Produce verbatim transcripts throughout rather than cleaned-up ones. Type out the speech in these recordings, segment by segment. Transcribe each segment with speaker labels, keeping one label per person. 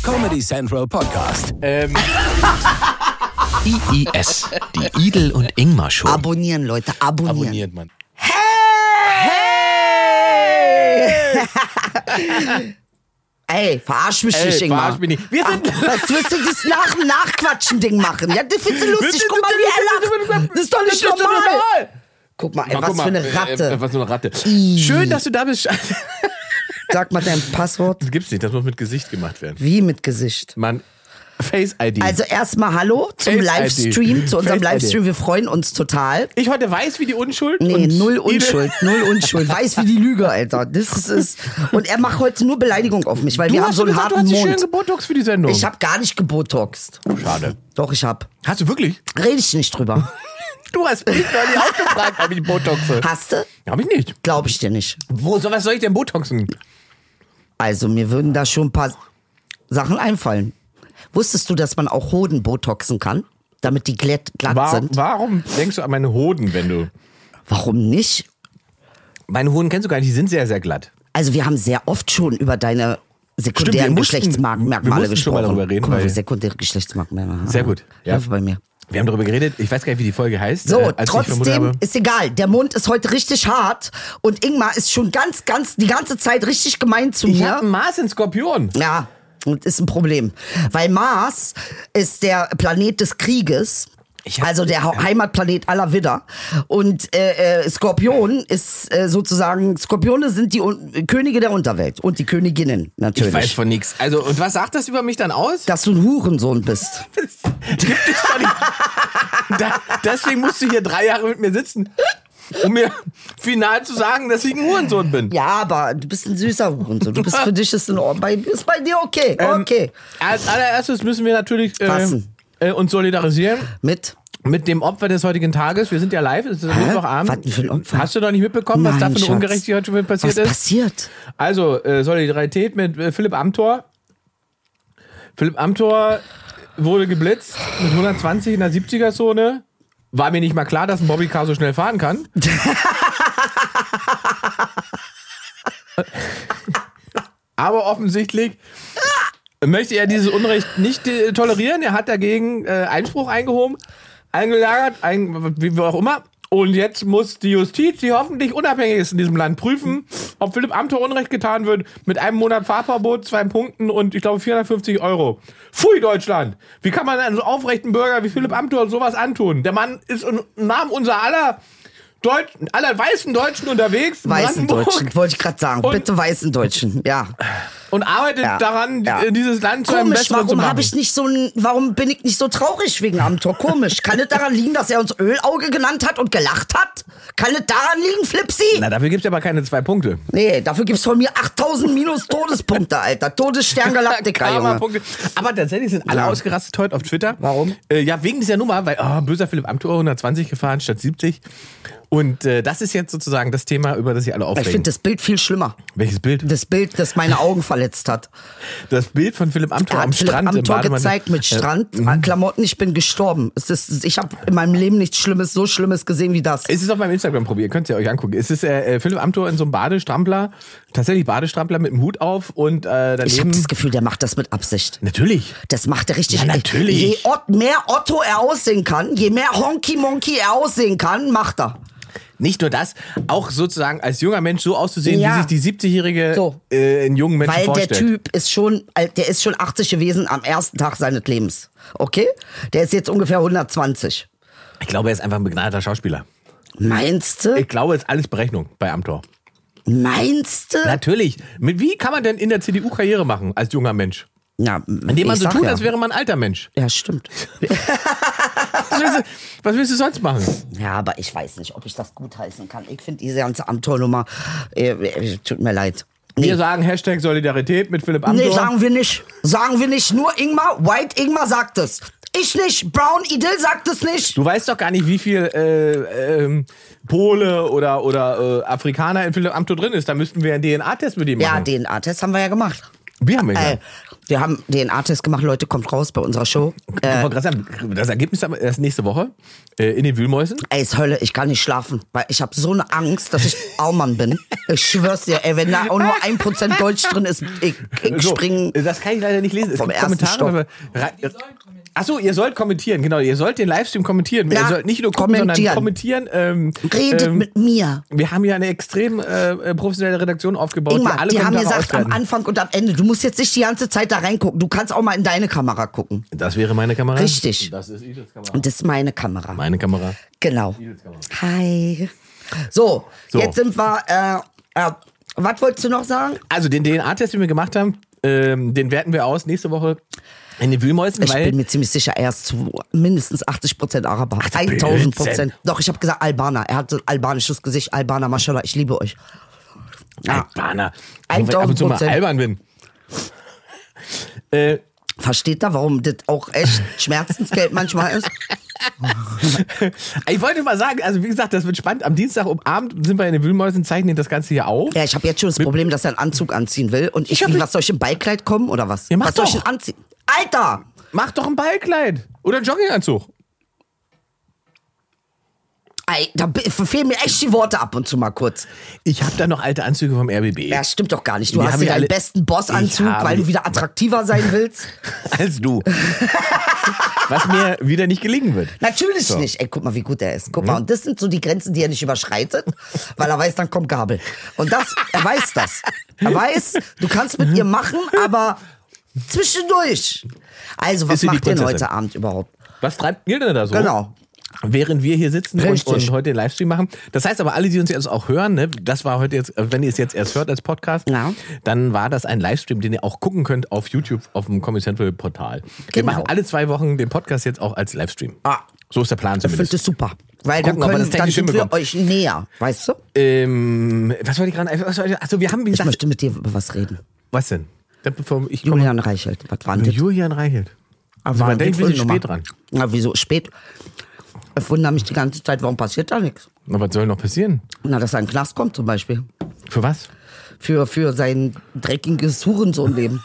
Speaker 1: Comedy Central Podcast.
Speaker 2: Ähm. I I S, die Idel und Ingmar Show.
Speaker 3: Abonnieren, Leute, abonnieren.
Speaker 2: Abonniert, Mann.
Speaker 3: Hey! Ey, verarsch mich
Speaker 2: Ey,
Speaker 3: nicht, Ingmar.
Speaker 2: verarsch mich nicht. Wir sind
Speaker 3: Ach, was willst du das nach Nachquatschen-Ding machen? Ja, das findest du lustig. Guck mal, wie er lacht. Das ist doch nicht normal. Guck mal, ey,
Speaker 2: Mal,
Speaker 3: was
Speaker 2: guck mal,
Speaker 3: für eine Ratte.
Speaker 2: Äh, äh, was für eine Ratte. Schön, dass du da bist.
Speaker 3: Sag mal dein Passwort.
Speaker 2: Das gibt's nicht, das muss mit Gesicht gemacht werden.
Speaker 3: Wie mit Gesicht?
Speaker 2: Mann, Face-I D.
Speaker 3: Also erstmal Hallo zum
Speaker 2: Face-I D.
Speaker 3: Livestream, zu unserem
Speaker 2: Face-I D.
Speaker 3: Livestream. Wir freuen uns total.
Speaker 2: Ich heute weiß wie die Unschuld.
Speaker 3: Nee,
Speaker 2: und
Speaker 3: null
Speaker 2: Idel-
Speaker 3: Unschuld, null Unschuld. Weiß wie die Lüge, Alter. Das ist es. Und er macht heute nur Beleidigung auf mich, weil
Speaker 2: Du
Speaker 3: wir haben
Speaker 2: hast
Speaker 3: so einen
Speaker 2: gesagt, du
Speaker 3: harten
Speaker 2: hast dich schön
Speaker 3: Mund.
Speaker 2: gebotox für die Sendung.
Speaker 3: Ich habe gar nicht gebotoxt.
Speaker 2: Schade.
Speaker 3: Doch, ich hab.
Speaker 2: Hast du wirklich?
Speaker 3: Rede ich nicht drüber.
Speaker 2: Du hast mich neulich auch gefragt, ob ich botoxe.
Speaker 3: Hast du?
Speaker 2: Hab ich nicht.
Speaker 3: Glaube ich dir nicht.
Speaker 2: Wo, so was soll ich denn botoxen?
Speaker 3: Also, mir würden da schon ein paar Sachen einfallen. Wusstest du, dass man auch Hoden botoxen kann, damit die glatt, glatt
Speaker 2: War,
Speaker 3: sind?
Speaker 2: warum denkst du an meine Hoden, wenn du...
Speaker 3: Warum nicht?
Speaker 2: Meine Hoden kennst du gar nicht, die sind sehr, sehr glatt.
Speaker 3: Also, wir haben sehr oft schon über deine sekundären
Speaker 2: Stimmt, wir mussten-
Speaker 3: Geschlechtsmerkmale
Speaker 2: wir mussten
Speaker 3: gesprochen.
Speaker 2: schon mal darüber reden,
Speaker 3: Guck mal,
Speaker 2: weil-
Speaker 3: sekundäre Geschlechtsmerkmale.
Speaker 2: Sehr gut. Ja.
Speaker 3: Hilf bei mir.
Speaker 2: Wir haben darüber geredet, ich weiß gar nicht, wie die Folge heißt.
Speaker 3: So,
Speaker 2: äh, als ich vermutet
Speaker 3: trotzdem
Speaker 2: habe-
Speaker 3: ist egal. Der Mund ist heute richtig hart und Ingmar ist schon ganz, ganz die ganze Zeit richtig gemein zu
Speaker 2: Ich
Speaker 3: mir.
Speaker 2: hab einen Mars in Skorpion.
Speaker 3: Ja, und ist ein Problem. Weil Mars ist der Planet des Krieges.
Speaker 2: Ich hab-
Speaker 3: Also der Ha- Heimatplanet aller Widder. Und äh, äh, Skorpion ist äh, sozusagen, Skorpione sind die Un Könige der Unterwelt. Und die Königinnen, natürlich.
Speaker 2: Ich weiß von nichts. Also, und was sagt das über mich dann aus?
Speaker 3: Dass du ein Hurensohn bist.
Speaker 2: Gibt es doch nicht. Da, deswegen musst du hier drei Jahre mit mir sitzen, um mir final zu sagen, dass ich ein Hurensohn bin.
Speaker 3: Ja, aber du bist ein süßer Hurensohn. Du bist für dich ist in Ordnung. Bei, ist bei dir okay.
Speaker 2: Ähm,
Speaker 3: Okay.
Speaker 2: Als allererstes müssen wir natürlich äh,
Speaker 3: Fassen.
Speaker 2: äh, uns solidarisieren
Speaker 3: Mit?
Speaker 2: mit dem Opfer des heutigen Tages. Wir sind ja live, es ist Mittwochabend.
Speaker 3: Was denn für ein Opfer?
Speaker 2: Hast du noch nicht mitbekommen, was da
Speaker 3: Nein,
Speaker 2: für eine
Speaker 3: Schatz.
Speaker 2: Ungerechtigkeit heute schon wieder passiert
Speaker 3: Was
Speaker 2: ist?
Speaker 3: passiert?
Speaker 2: Also, äh, Solidarität mit äh, Philipp Amthor. Philipp Amthor wurde geblitzt mit hundertzwanzig in der siebziger-Zone. War mir nicht mal klar, dass ein Bobbycar so schnell fahren kann. Aber offensichtlich möchte er dieses Unrecht nicht äh, tolerieren. Er hat dagegen äh, Einspruch eingehoben, eingelagert, ein, wie wie auch immer. Und jetzt muss die Justiz, die hoffentlich unabhängig ist in diesem Land, prüfen, ob Philipp Amthor Unrecht getan wird mit einem Monat Fahrverbot, zwei Punkten und ich glaube vierhundertfünfzig Euro. Pfui, Deutschland! Wie kann man einem so aufrechten Bürger wie Philipp Amthor sowas antun? Der Mann ist im Namen unser aller Deutschen, aller weißen Deutschen unterwegs. in
Speaker 3: Weißen
Speaker 2: Brandenburg.
Speaker 3: Deutschen, wollte ich gerade sagen.
Speaker 2: Und-
Speaker 3: Bitte weißen Deutschen, ja.
Speaker 2: Und arbeitet
Speaker 3: Ja.
Speaker 2: daran,
Speaker 3: Ja.
Speaker 2: die- dieses Land zu einem
Speaker 3: Komisch,
Speaker 2: besseren zu
Speaker 3: warum
Speaker 2: machen.
Speaker 3: habe ich nicht so ein, warum bin ich nicht so traurig wegen Amthor? Komisch. Kann es daran liegen, dass er uns Ölauge genannt hat und gelacht hat? Kann es daran liegen, Flipsi?
Speaker 2: Na, dafür gibt's aber keine zwei Punkte.
Speaker 3: Nee, dafür gibt's von mir achttausend minus Todespunkte, Alter. Todesstern Galactica, Junge.
Speaker 2: Karma-Punkte. Aber tatsächlich sind alle
Speaker 3: Ja.
Speaker 2: ausgerastet heute auf Twitter.
Speaker 3: Warum?
Speaker 2: Äh, ja, wegen dieser Nummer, weil, oh, böser Philipp Amthor, hundertzwanzig gefahren statt siebzig. Und äh, das ist jetzt sozusagen das Thema, über das sich alle
Speaker 3: Ich
Speaker 2: aufregen.
Speaker 3: finde das Bild viel schlimmer.
Speaker 2: Welches Bild?
Speaker 3: Das Bild, das meine Augen verletzt hat.
Speaker 2: Das Bild von Philipp Amthor
Speaker 3: Er
Speaker 2: am
Speaker 3: hat Philipp
Speaker 2: Strand im
Speaker 3: Amthor
Speaker 2: Bademantel.
Speaker 3: gezeigt mit
Speaker 2: Äh,
Speaker 3: Strandklamotten. Ich bin gestorben. Es ist, ich habe in meinem Leben nichts Schlimmes, so Schlimmes gesehen wie das.
Speaker 2: Es ist auf meinem Instagram-Profil, ihr könnt es ja euch angucken. Es ist äh, Philipp Amthor in so einem Badestrampler, tatsächlich Badestrampler mit dem Hut auf und äh, daneben...
Speaker 3: Ich habe das Gefühl, der macht das mit Absicht.
Speaker 2: Natürlich.
Speaker 3: Das macht er richtig.
Speaker 2: Ja, natürlich.
Speaker 3: Je Ott, mehr Otto er aussehen kann, je mehr Honky Monkey er aussehen kann, macht er.
Speaker 2: Nicht nur das, auch sozusagen als junger Mensch so auszusehen,
Speaker 3: Ja.
Speaker 2: wie sich die siebzigjährige
Speaker 3: So.
Speaker 2: äh, in jungen Menschen
Speaker 3: Weil
Speaker 2: vorstellt.
Speaker 3: der Typ ist schon, der ist schon achtzig gewesen am ersten Tag seines Lebens. Okay? Der ist jetzt ungefähr hundertzwanzig.
Speaker 2: Ich glaube, er ist einfach ein begnadeter Schauspieler.
Speaker 3: Meinst du?
Speaker 2: Ich glaube, es ist alles Berechnung bei Amthor.
Speaker 3: Meinst du?
Speaker 2: Natürlich. Mit, wie kann man denn in der C D U Karriere machen als junger Mensch?
Speaker 3: Ja,
Speaker 2: Indem man
Speaker 3: ich
Speaker 2: so
Speaker 3: sag
Speaker 2: tut,
Speaker 3: ja.
Speaker 2: als wäre man ein alter Mensch.
Speaker 3: Ja, stimmt.
Speaker 2: Was willst du, was willst du sonst machen?
Speaker 3: Ja, aber ich weiß nicht, ob ich das gutheißen kann. Ich finde diese ganze Amthor-Nummer, äh, äh, tut mir leid.
Speaker 2: Wir sagen Hashtag Solidarität mit Philipp Amthor.
Speaker 3: Nee, sagen wir nicht. Sagen wir nicht. Nur Ingmar, White Ingmar sagt es. Ich nicht. Brown Idil sagt es nicht.
Speaker 2: Du weißt doch gar nicht, wie viel äh, ähm, Pole oder, oder äh, Afrikaner in Philipp Amthor drin ist. Da müssten wir einen D N A-Test mit ihm machen.
Speaker 3: Ja, D N A-Test haben wir ja gemacht.
Speaker 2: Wir haben ihn
Speaker 3: Äh,
Speaker 2: ja.
Speaker 3: Wir haben D N A-Test gemacht, Leute, kommt raus bei unserer Show.
Speaker 2: Ich wollte gerade sagen, das Ergebnis aber erst nächste Woche äh, in den Wühlmäusen.
Speaker 3: Ey, ist Hölle, ich kann nicht schlafen, weil ich habe so eine Angst, dass ich Aumann bin. Ich schwör's dir, ey, wenn da auch nur ein Prozent Deutsch drin ist, ich, ich
Speaker 2: So,
Speaker 3: spring.
Speaker 2: das kann ich leider nicht lesen. Es
Speaker 3: vom
Speaker 2: gibt
Speaker 3: ersten
Speaker 2: Kommentare. Aber, Achso, ihr sollt kommentieren, genau. Ihr sollt den Livestream kommentieren.
Speaker 3: Ja,
Speaker 2: ihr sollt nicht nur gucken,
Speaker 3: kommentieren.
Speaker 2: sondern kommentieren. Ähm,
Speaker 3: Redet
Speaker 2: ähm,
Speaker 3: mit mir.
Speaker 2: Wir haben hier eine extrem äh, professionelle Redaktion aufgebaut.
Speaker 3: Ingmar,
Speaker 2: die alle
Speaker 3: die haben
Speaker 2: Kommentare
Speaker 3: gesagt, am
Speaker 2: auswerten.
Speaker 3: Anfang und am Ende, du musst jetzt nicht die ganze Zeit da reingucken. Du kannst auch mal in deine Kamera gucken.
Speaker 2: Das wäre meine Kamera.
Speaker 3: Richtig.
Speaker 2: Das ist Idels Kamera.
Speaker 3: Und das ist meine Kamera.
Speaker 2: Meine Kamera.
Speaker 3: Genau.
Speaker 2: Idels Kamera.
Speaker 3: Hi. So,
Speaker 2: So.
Speaker 3: jetzt sind wir, äh, äh, was wolltest du noch sagen?
Speaker 2: Also den D N A-Test, den wir gemacht haben, ähm, den werten wir aus nächste Woche in den Wühlmäusen.
Speaker 3: Ich
Speaker 2: weil
Speaker 3: bin mir ziemlich sicher, er ist zu mindestens achtzig Prozent Araber.
Speaker 2: du
Speaker 3: tausend
Speaker 2: Blödsinn.
Speaker 3: Prozent. Doch, ich habe gesagt Albaner. Er hat so ein albanisches Gesicht. Albaner, Maschallah, ich liebe euch. Ja.
Speaker 2: Albaner. Weil ich ab und
Speaker 3: tausend
Speaker 2: zu mal
Speaker 3: Prozent.
Speaker 2: albern bin. äh,
Speaker 3: Versteht ihr, warum das auch echt Schmerzensgeld manchmal ist?
Speaker 2: Ich wollte mal sagen, also wie gesagt, das wird spannend. Am Dienstag um Abend sind wir in den Wühlmäusen, zeichnen das Ganze hier auf.
Speaker 3: Ja, ich habe jetzt schon das Problem, dass er einen Anzug anziehen will. Und ich,
Speaker 2: Ich hab
Speaker 3: wie,
Speaker 2: nicht-
Speaker 3: was soll ich im Ballkleid kommen oder was?
Speaker 2: Ja, mach
Speaker 3: was soll ich
Speaker 2: doch.
Speaker 3: denn anziehen? Alter!
Speaker 2: Mach doch ein Ballkleid oder einen Jogginganzug.
Speaker 3: Ey, da be- fehlen mir echt die Worte ab und zu mal kurz.
Speaker 2: Ich habe da noch alte Anzüge vom R B B.
Speaker 3: Ja, stimmt doch gar nicht. Du
Speaker 2: Die
Speaker 3: hast
Speaker 2: haben
Speaker 3: dir
Speaker 2: ja
Speaker 3: deinen
Speaker 2: alle-
Speaker 3: besten Bossanzug,
Speaker 2: Ich habe
Speaker 3: weil du
Speaker 2: die-
Speaker 3: wieder attraktiver sein willst.
Speaker 2: Als du. Was mir wieder nicht gelingen wird.
Speaker 3: Natürlich
Speaker 2: So.
Speaker 3: nicht. Ey, guck mal, wie gut er ist. Guck mal, und das sind so die Grenzen, die er nicht überschreitet, weil er weiß, dann kommt Gabel. Und das, er weiß das. Er weiß, du kannst mit ihr machen, aber zwischendurch. Also, was
Speaker 2: Ist sie die
Speaker 3: macht ihr denn
Speaker 2: Prinzessin?
Speaker 3: heute Abend überhaupt?
Speaker 2: Was treibt ihr denn da so?
Speaker 3: Genau.
Speaker 2: Während wir hier sitzen und,
Speaker 3: Richtig.
Speaker 2: und heute den Livestream machen. Das heißt aber, alle, die uns jetzt auch hören, ne, das war heute jetzt, wenn ihr es jetzt erst hört als Podcast,
Speaker 3: Ja.
Speaker 2: dann war das ein Livestream, den ihr auch gucken könnt auf YouTube, auf dem Comedy Central Portal. Wir
Speaker 3: Genau.
Speaker 2: machen alle zwei Wochen den Podcast jetzt auch als Livestream.
Speaker 3: Ah.
Speaker 2: So ist der Plan
Speaker 3: Ich finde
Speaker 2: zumindest.
Speaker 3: das super. Weil
Speaker 2: Gucken, ob
Speaker 3: dann,
Speaker 2: wir das
Speaker 3: können, dann
Speaker 2: technisch
Speaker 3: sind wir
Speaker 2: hinbekommen.
Speaker 3: euch näher, weißt du?
Speaker 2: Ähm, was wollte ich gerade? was wollte ich- Achso, wir haben, wie
Speaker 3: Ich
Speaker 2: gesagt,
Speaker 3: möchte mit dir über was reden.
Speaker 2: was denn? Dann, bevor ich komme-
Speaker 3: Julian Reichelt, was war denn das?
Speaker 2: Julian Reichelt.
Speaker 3: Was
Speaker 2: Also,
Speaker 3: war
Speaker 2: man
Speaker 3: denn
Speaker 2: denkt,
Speaker 3: das
Speaker 2: wir
Speaker 3: für
Speaker 2: sind
Speaker 3: eine
Speaker 2: spät
Speaker 3: Nummer?
Speaker 2: dran.
Speaker 3: Na, wieso spät? Ich wundere mich die ganze Zeit, warum passiert da nichts?
Speaker 2: Na, was soll noch passieren?
Speaker 3: Na, dass er in den Knast kommt zum Beispiel.
Speaker 2: Für was?
Speaker 3: Für, für sein dreckiges Hurensohnleben.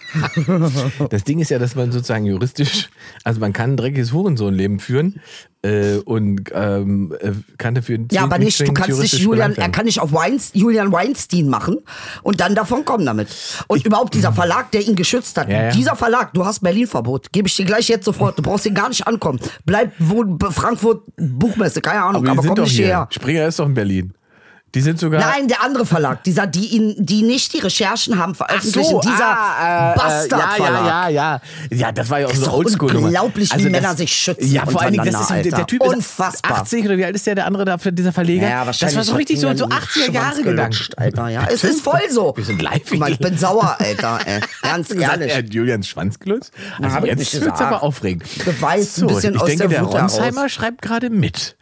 Speaker 2: Das Ding ist ja, dass man sozusagen juristisch, also man kann ein dreckiges Hurensohnleben führen äh, und ähm, äh, kann dafür
Speaker 3: Ja, aber nicht, du
Speaker 2: zwingend
Speaker 3: kannst nicht
Speaker 2: juristisch
Speaker 3: Julian,
Speaker 2: belangt
Speaker 3: er
Speaker 2: werden.
Speaker 3: kann nicht auf Weinstein, Julian Weinstein machen und dann davon kommen damit. Und überhaupt dieser Verlag, der ihn geschützt hat,
Speaker 2: Ja, ja.
Speaker 3: dieser Verlag, du hast Berlin-Verbot, gebe ich dir gleich jetzt sofort, du brauchst hier gar nicht ankommen. Bleib wo, Frankfurt Buchmesse, keine Ahnung,
Speaker 2: Aber,
Speaker 3: aber,
Speaker 2: die sind
Speaker 3: komm
Speaker 2: doch
Speaker 3: nicht
Speaker 2: hier.
Speaker 3: hierher.
Speaker 2: Springer ist doch in Berlin. Die sind sogar...
Speaker 3: Nein, der andere Verlag, dieser, die ihn, die nicht die Recherchen haben veröffentlichen, dieser
Speaker 2: ah, äh,
Speaker 3: Bastardverlag.
Speaker 2: Ja, ja, ja, ja. Ja, das war ja auch
Speaker 3: Das
Speaker 2: so
Speaker 3: ist
Speaker 2: eine
Speaker 3: doch
Speaker 2: Oldschool-Nummer.
Speaker 3: unglaublich, wie
Speaker 2: das-
Speaker 3: Männer sich schützen
Speaker 2: Ja, vor allen Dingen, das ist
Speaker 3: untereinander,
Speaker 2: der, der Typ
Speaker 3: Alter.
Speaker 2: ist
Speaker 3: Unfassbar.
Speaker 2: achtzig oder wie alt ist der, der andere da, dieser Verleger?
Speaker 3: Ja,
Speaker 2: das
Speaker 3: wahrscheinlich
Speaker 2: war so richtig so,
Speaker 3: hat
Speaker 2: so
Speaker 3: ihn einen
Speaker 2: achtziger Jahre
Speaker 3: Schwanz
Speaker 2: Gedanken.
Speaker 3: gelutscht, Alter, ja. Es ist voll so.
Speaker 2: Wir sind live.
Speaker 3: Guck mal, ich bin sauer, Alter, ey. Ganz
Speaker 2: Sagt
Speaker 3: ehrlich.
Speaker 2: er Julians Schwanzgelutz?
Speaker 3: Na,
Speaker 2: Also
Speaker 3: hab ich
Speaker 2: jetzt
Speaker 3: nicht
Speaker 2: wird's
Speaker 3: gesagt.
Speaker 2: aber aufregend.
Speaker 3: Das war jetzt ein
Speaker 2: So,
Speaker 3: bisschen
Speaker 2: ich
Speaker 3: aus
Speaker 2: denke,
Speaker 3: der
Speaker 2: der
Speaker 3: Wut heraus.
Speaker 2: Ronsheimer schreibt gerade mit.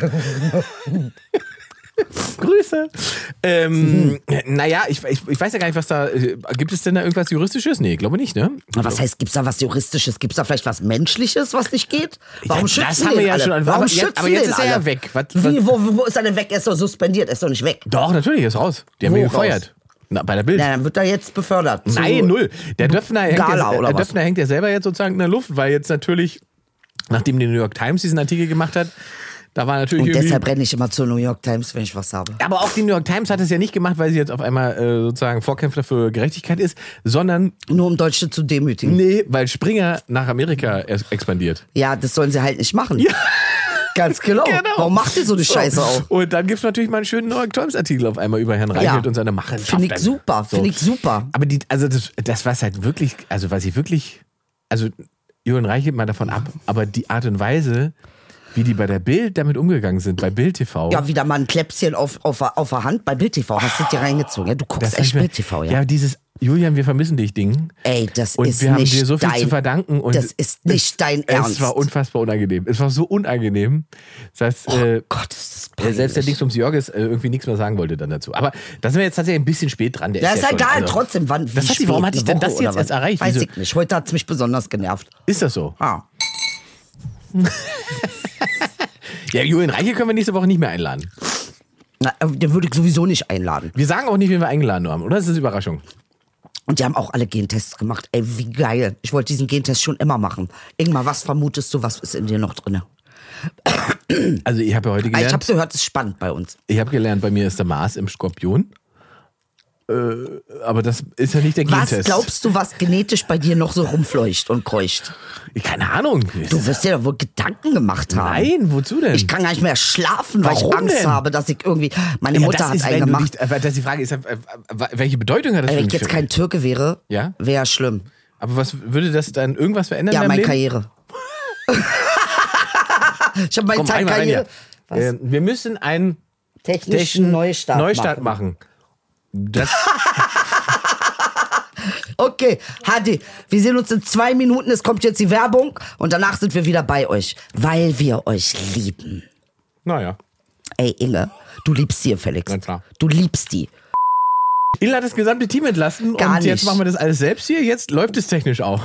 Speaker 2: Grüße. Ähm, naja, ich, ich, ich weiß ja gar nicht, was da. äh, Gibt es denn da irgendwas Juristisches? Nee, glaube nicht, ne?
Speaker 3: Was heißt, gibt's da was Juristisches? Gibt's da vielleicht was Menschliches, was nicht geht? Warum
Speaker 2: Ja,
Speaker 3: schützen
Speaker 2: das haben wir
Speaker 3: den
Speaker 2: ja
Speaker 3: alle?
Speaker 2: schon-
Speaker 3: Warum
Speaker 2: aber
Speaker 3: schützen
Speaker 2: jetzt- aber jetzt
Speaker 3: den
Speaker 2: ist er ja
Speaker 3: alle?
Speaker 2: weg. Was-
Speaker 3: Wie, wo, wo ist er denn weg? Er ist doch suspendiert, er ist doch nicht weg.
Speaker 2: Doch, natürlich, ist raus. Die haben
Speaker 3: Wo
Speaker 2: ihn
Speaker 3: raus?
Speaker 2: gefeuert. Na, bei der Bild.
Speaker 3: Na, dann wird er jetzt befördert. zu-
Speaker 2: Nein, null. Der Döpfner hängt,
Speaker 3: Gala
Speaker 2: ja,
Speaker 3: oder
Speaker 2: der
Speaker 3: was?
Speaker 2: Döpfner hängt ja selber jetzt sozusagen in der Luft, weil jetzt natürlich, nachdem die New York Times diesen Artikel gemacht hat, da war natürlich
Speaker 3: Und
Speaker 2: irgendwie...
Speaker 3: deshalb renne ich immer zur New York Times, wenn ich was habe.
Speaker 2: Aber auch die New York Times hat es ja nicht gemacht, weil sie jetzt auf einmal äh, sozusagen Vorkämpfer für Gerechtigkeit ist, sondern,
Speaker 3: Nur um Deutsche zu demütigen.
Speaker 2: nee, weil Springer nach Amerika es- expandiert.
Speaker 3: Ja, das sollen sie halt nicht machen. Ja. Ganz genau.
Speaker 2: Genau.
Speaker 3: Warum macht ihr so eine Scheiße
Speaker 2: So.
Speaker 3: auch?
Speaker 2: Und dann gibt es natürlich mal einen schönen New York Times Artikel auf einmal über Herrn Reichelt und seine Machenschaften.
Speaker 3: Finde ich super,
Speaker 2: So.
Speaker 3: finde ich super.
Speaker 2: Aber die, also das, das was halt wirklich, also was ich wirklich, also Julian Reichelt mal davon ab, aber die Art und Weise, wie die bei der Bild damit umgegangen sind, bei Bild T V.
Speaker 3: Ja, wieder mal ein Kläpschen auf, auf, auf der Hand bei Bild T V. Hast du dir reingezogen? Ja, du guckst
Speaker 2: das
Speaker 3: echt
Speaker 2: hab ich mir-
Speaker 3: Bild T V, ja.
Speaker 2: Ja, dieses Julian, wir vermissen dich Ding.
Speaker 3: Ey, das
Speaker 2: Und
Speaker 3: ist
Speaker 2: wir haben
Speaker 3: nicht
Speaker 2: dir so viel
Speaker 3: dein,
Speaker 2: zu verdanken. Und
Speaker 3: das ist nicht
Speaker 2: es,
Speaker 3: dein Ernst.
Speaker 2: Es war unfassbar unangenehm. Es war so unangenehm. Das heißt,
Speaker 3: Oh
Speaker 2: äh,
Speaker 3: Gott, ist das
Speaker 2: äh,
Speaker 3: peinlich.
Speaker 2: selbst der Dings ums Jörges äh, irgendwie nichts mehr sagen wollte dann dazu. Aber da sind wir jetzt tatsächlich ein bisschen spät dran. Der
Speaker 3: Ja, ist
Speaker 2: ja
Speaker 3: ja
Speaker 2: schon,
Speaker 3: egal,
Speaker 2: also-
Speaker 3: trotzdem. Wann, wie
Speaker 2: Das hat die-
Speaker 3: spät,
Speaker 2: warum hatte ich
Speaker 3: eine
Speaker 2: denn das
Speaker 3: Woche
Speaker 2: jetzt
Speaker 3: oder
Speaker 2: erst
Speaker 3: was?
Speaker 2: erreicht?
Speaker 3: Weiß
Speaker 2: Wieso?
Speaker 3: ich nicht. Heute hat es mich besonders genervt.
Speaker 2: Ist das so?
Speaker 3: Ah.
Speaker 2: Ja, Julian Reiche können wir nächste Woche nicht mehr einladen.
Speaker 3: Na, äh, den würde ich sowieso nicht einladen.
Speaker 2: Wir sagen auch nicht, wen wir eingeladen haben, oder? Das ist eine Überraschung.
Speaker 3: Und die haben auch alle Gentests gemacht. Ey, wie geil. Ich wollte diesen Gentest schon immer machen. Ingmar, was vermutest du, was ist in dir noch drin?
Speaker 2: Also ich habe ja heute gelernt.
Speaker 3: Ich habe gehört, es ist spannend bei uns.
Speaker 2: Ich habe gelernt, bei mir ist der Mars im Skorpion. Äh, aber das ist ja nicht der Gentest.
Speaker 3: Was glaubst du, was genetisch bei dir noch so rumfleucht und kreucht?
Speaker 2: Keine Ahnung.
Speaker 3: Du wirst dir da wohl Gedanken gemacht haben.
Speaker 2: Nein, wozu denn?
Speaker 3: Ich kann gar nicht mehr schlafen, weil
Speaker 2: Warum
Speaker 3: ich Angst
Speaker 2: denn?
Speaker 3: habe, dass ich irgendwie... Meine
Speaker 2: Ja,
Speaker 3: Mutter
Speaker 2: das
Speaker 3: hat
Speaker 2: ist,
Speaker 3: einen
Speaker 2: wenn du
Speaker 3: gemacht.
Speaker 2: nicht, äh, das die Frage ist, äh, welche Bedeutung hat das
Speaker 3: Wenn
Speaker 2: für
Speaker 3: ich
Speaker 2: mich?
Speaker 3: jetzt kein Türke wäre,
Speaker 2: Ja?
Speaker 3: wäre schlimm.
Speaker 2: Aber was würde das dann irgendwas verändern
Speaker 3: Ja,
Speaker 2: in deinem
Speaker 3: meine
Speaker 2: Leben?
Speaker 3: Karriere. ich habe meine
Speaker 2: Komm, einmal rein
Speaker 3: Karriere...
Speaker 2: hier. Äh, wir müssen einen
Speaker 3: Technischen
Speaker 2: technischen
Speaker 3: Neustart,
Speaker 2: Neustart
Speaker 3: machen.
Speaker 2: machen. Das,
Speaker 3: Okay, Hadi, wir sehen uns in zwei Minuten. Es kommt jetzt die Werbung und danach sind wir wieder bei euch, weil wir euch lieben.
Speaker 2: naja.
Speaker 3: Ey, Inge, du liebst die, Felix.
Speaker 2: Na klar.
Speaker 3: Du liebst die.
Speaker 2: Il hat das gesamte Team entlassen
Speaker 3: Gar
Speaker 2: und jetzt
Speaker 3: nicht.
Speaker 2: machen wir das alles selbst hier. Jetzt läuft es technisch auch.